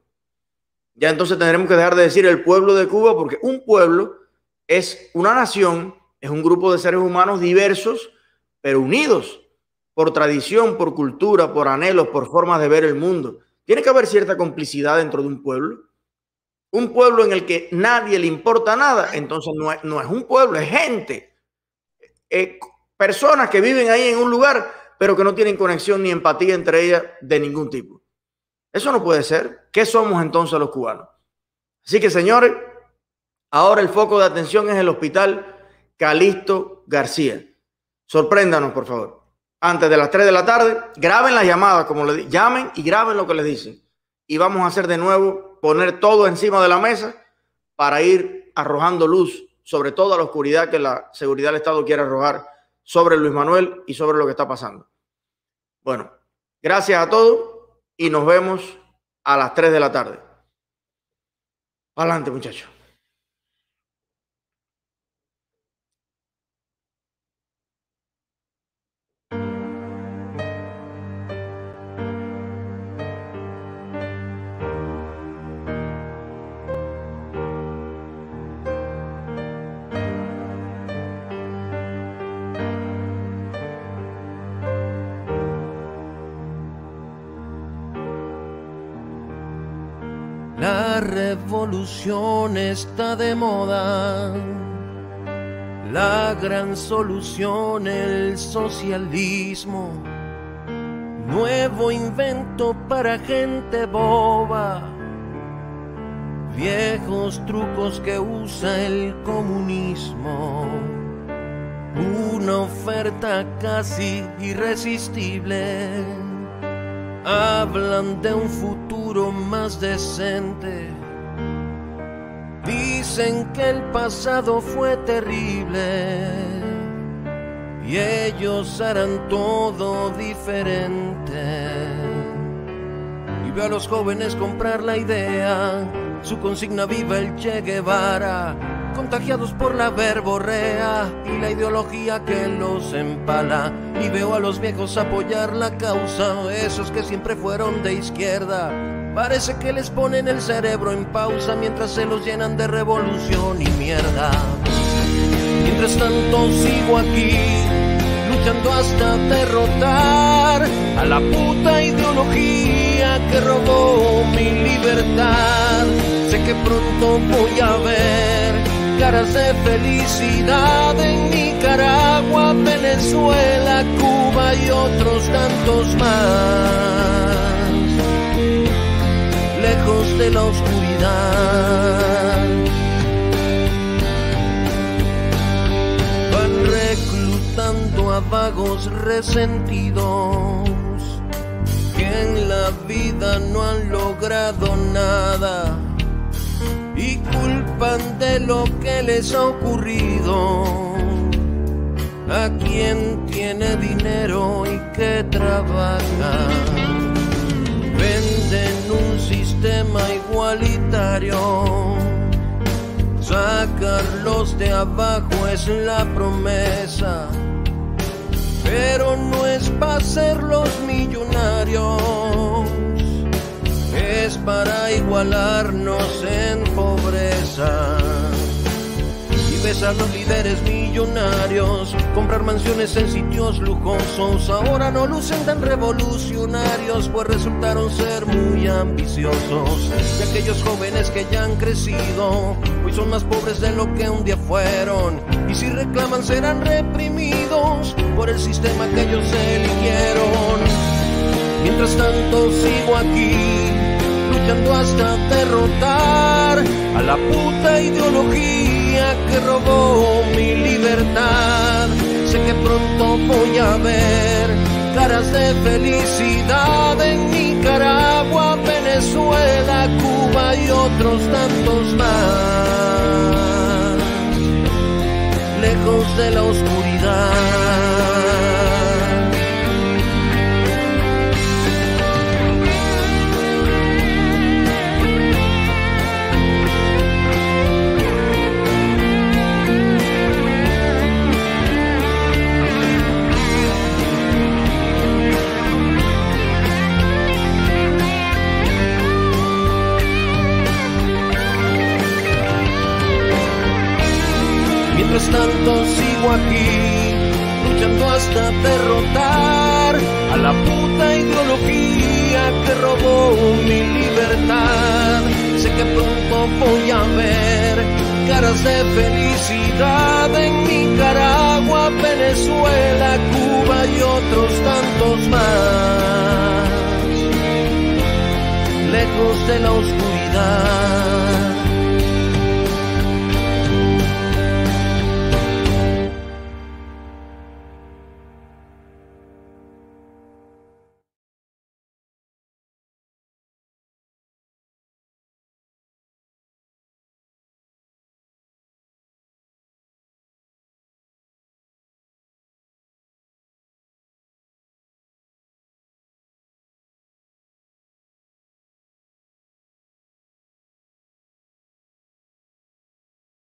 Speaker 2: Ya entonces tendremos que dejar de decir el pueblo de Cuba, porque un pueblo es una nación, es un grupo de seres humanos diversos, pero unidos por tradición, por cultura, por anhelos, por formas de ver el mundo. Tiene que haber cierta complicidad dentro de un pueblo. Un pueblo en el que nadie le importa nada, entonces no es, no es un pueblo, es gente. Eh, personas que viven ahí en un lugar, pero que no tienen conexión ni empatía entre ellas de ningún tipo. Eso no puede ser. ¿Qué somos entonces los cubanos? Así que, señores, ahora el foco de atención es el hospital Calixto García. Sorpréndanos, por favor. Antes de las tres de la tarde, graben las llamadas, como le dicen, llamen y graben lo que les dicen. Y vamos a hacer de nuevo, poner todo encima de la mesa para ir arrojando luz sobre toda la oscuridad que la seguridad del Estado quiere arrojar sobre Luis Manuel y sobre lo que está pasando. Bueno, gracias a todos. Y nos vemos a las tres de la tarde. Adelante, muchachos.
Speaker 1: La revolución está de moda, la gran solución el socialismo, nuevo invento para gente boba, viejos trucos que usa el comunismo, una oferta casi irresistible. Hablan de un futuro más decente. Dicen que el pasado fue terrible y ellos harán todo diferente. Y veo a los jóvenes comprar la idea, su consigna viva el Che Guevara, contagiados por la verborrea y la ideología que los empala. Y veo a los viejos apoyar la causa, esos que siempre fueron de izquierda. Parece que les ponen el cerebro en pausa mientras se los llenan de revolución y mierda. Mientras tanto sigo aquí, luchando hasta derrotar a la puta ideología que robó mi libertad. Sé que pronto voy a ver caras de felicidad en mi Nicaragua, Venezuela, Cuba y otros tantos más, lejos de la oscuridad. Van reclutando a vagos resentidos que en la vida no han logrado nada y culpan de lo que les ha ocurrido a quien tiene dinero y que trabaja. Venden un sistema igualitario, sacarlos de abajo es la promesa, pero no es para hacerlos millonarios, es para igualarnos en pobreza. Y ves a los líderes millonarios comprar mansiones en sitios lujosos, ahora no lucen tan revolucionarios, pues resultaron ser muy ambiciosos. Y aquellos jóvenes que ya han crecido, hoy son más pobres de lo que un día fueron, y si reclaman serán reprimidos por el sistema que ellos eligieron. Mientras tanto sigo aquí, luchando hasta derrotar a la puta ideología que robó mi libertad. Sé que pronto voy a ver caras de felicidad en Nicaragua, Venezuela, Cuba y otros tantos más, lejos de la oscuridad. Mientras tanto sigo aquí, luchando hasta derrotar a la puta ideología que robó mi libertad. Sé que pronto voy a ver caras de felicidad en Nicaragua, Venezuela, Cuba y otros tantos más, lejos de la oscuridad.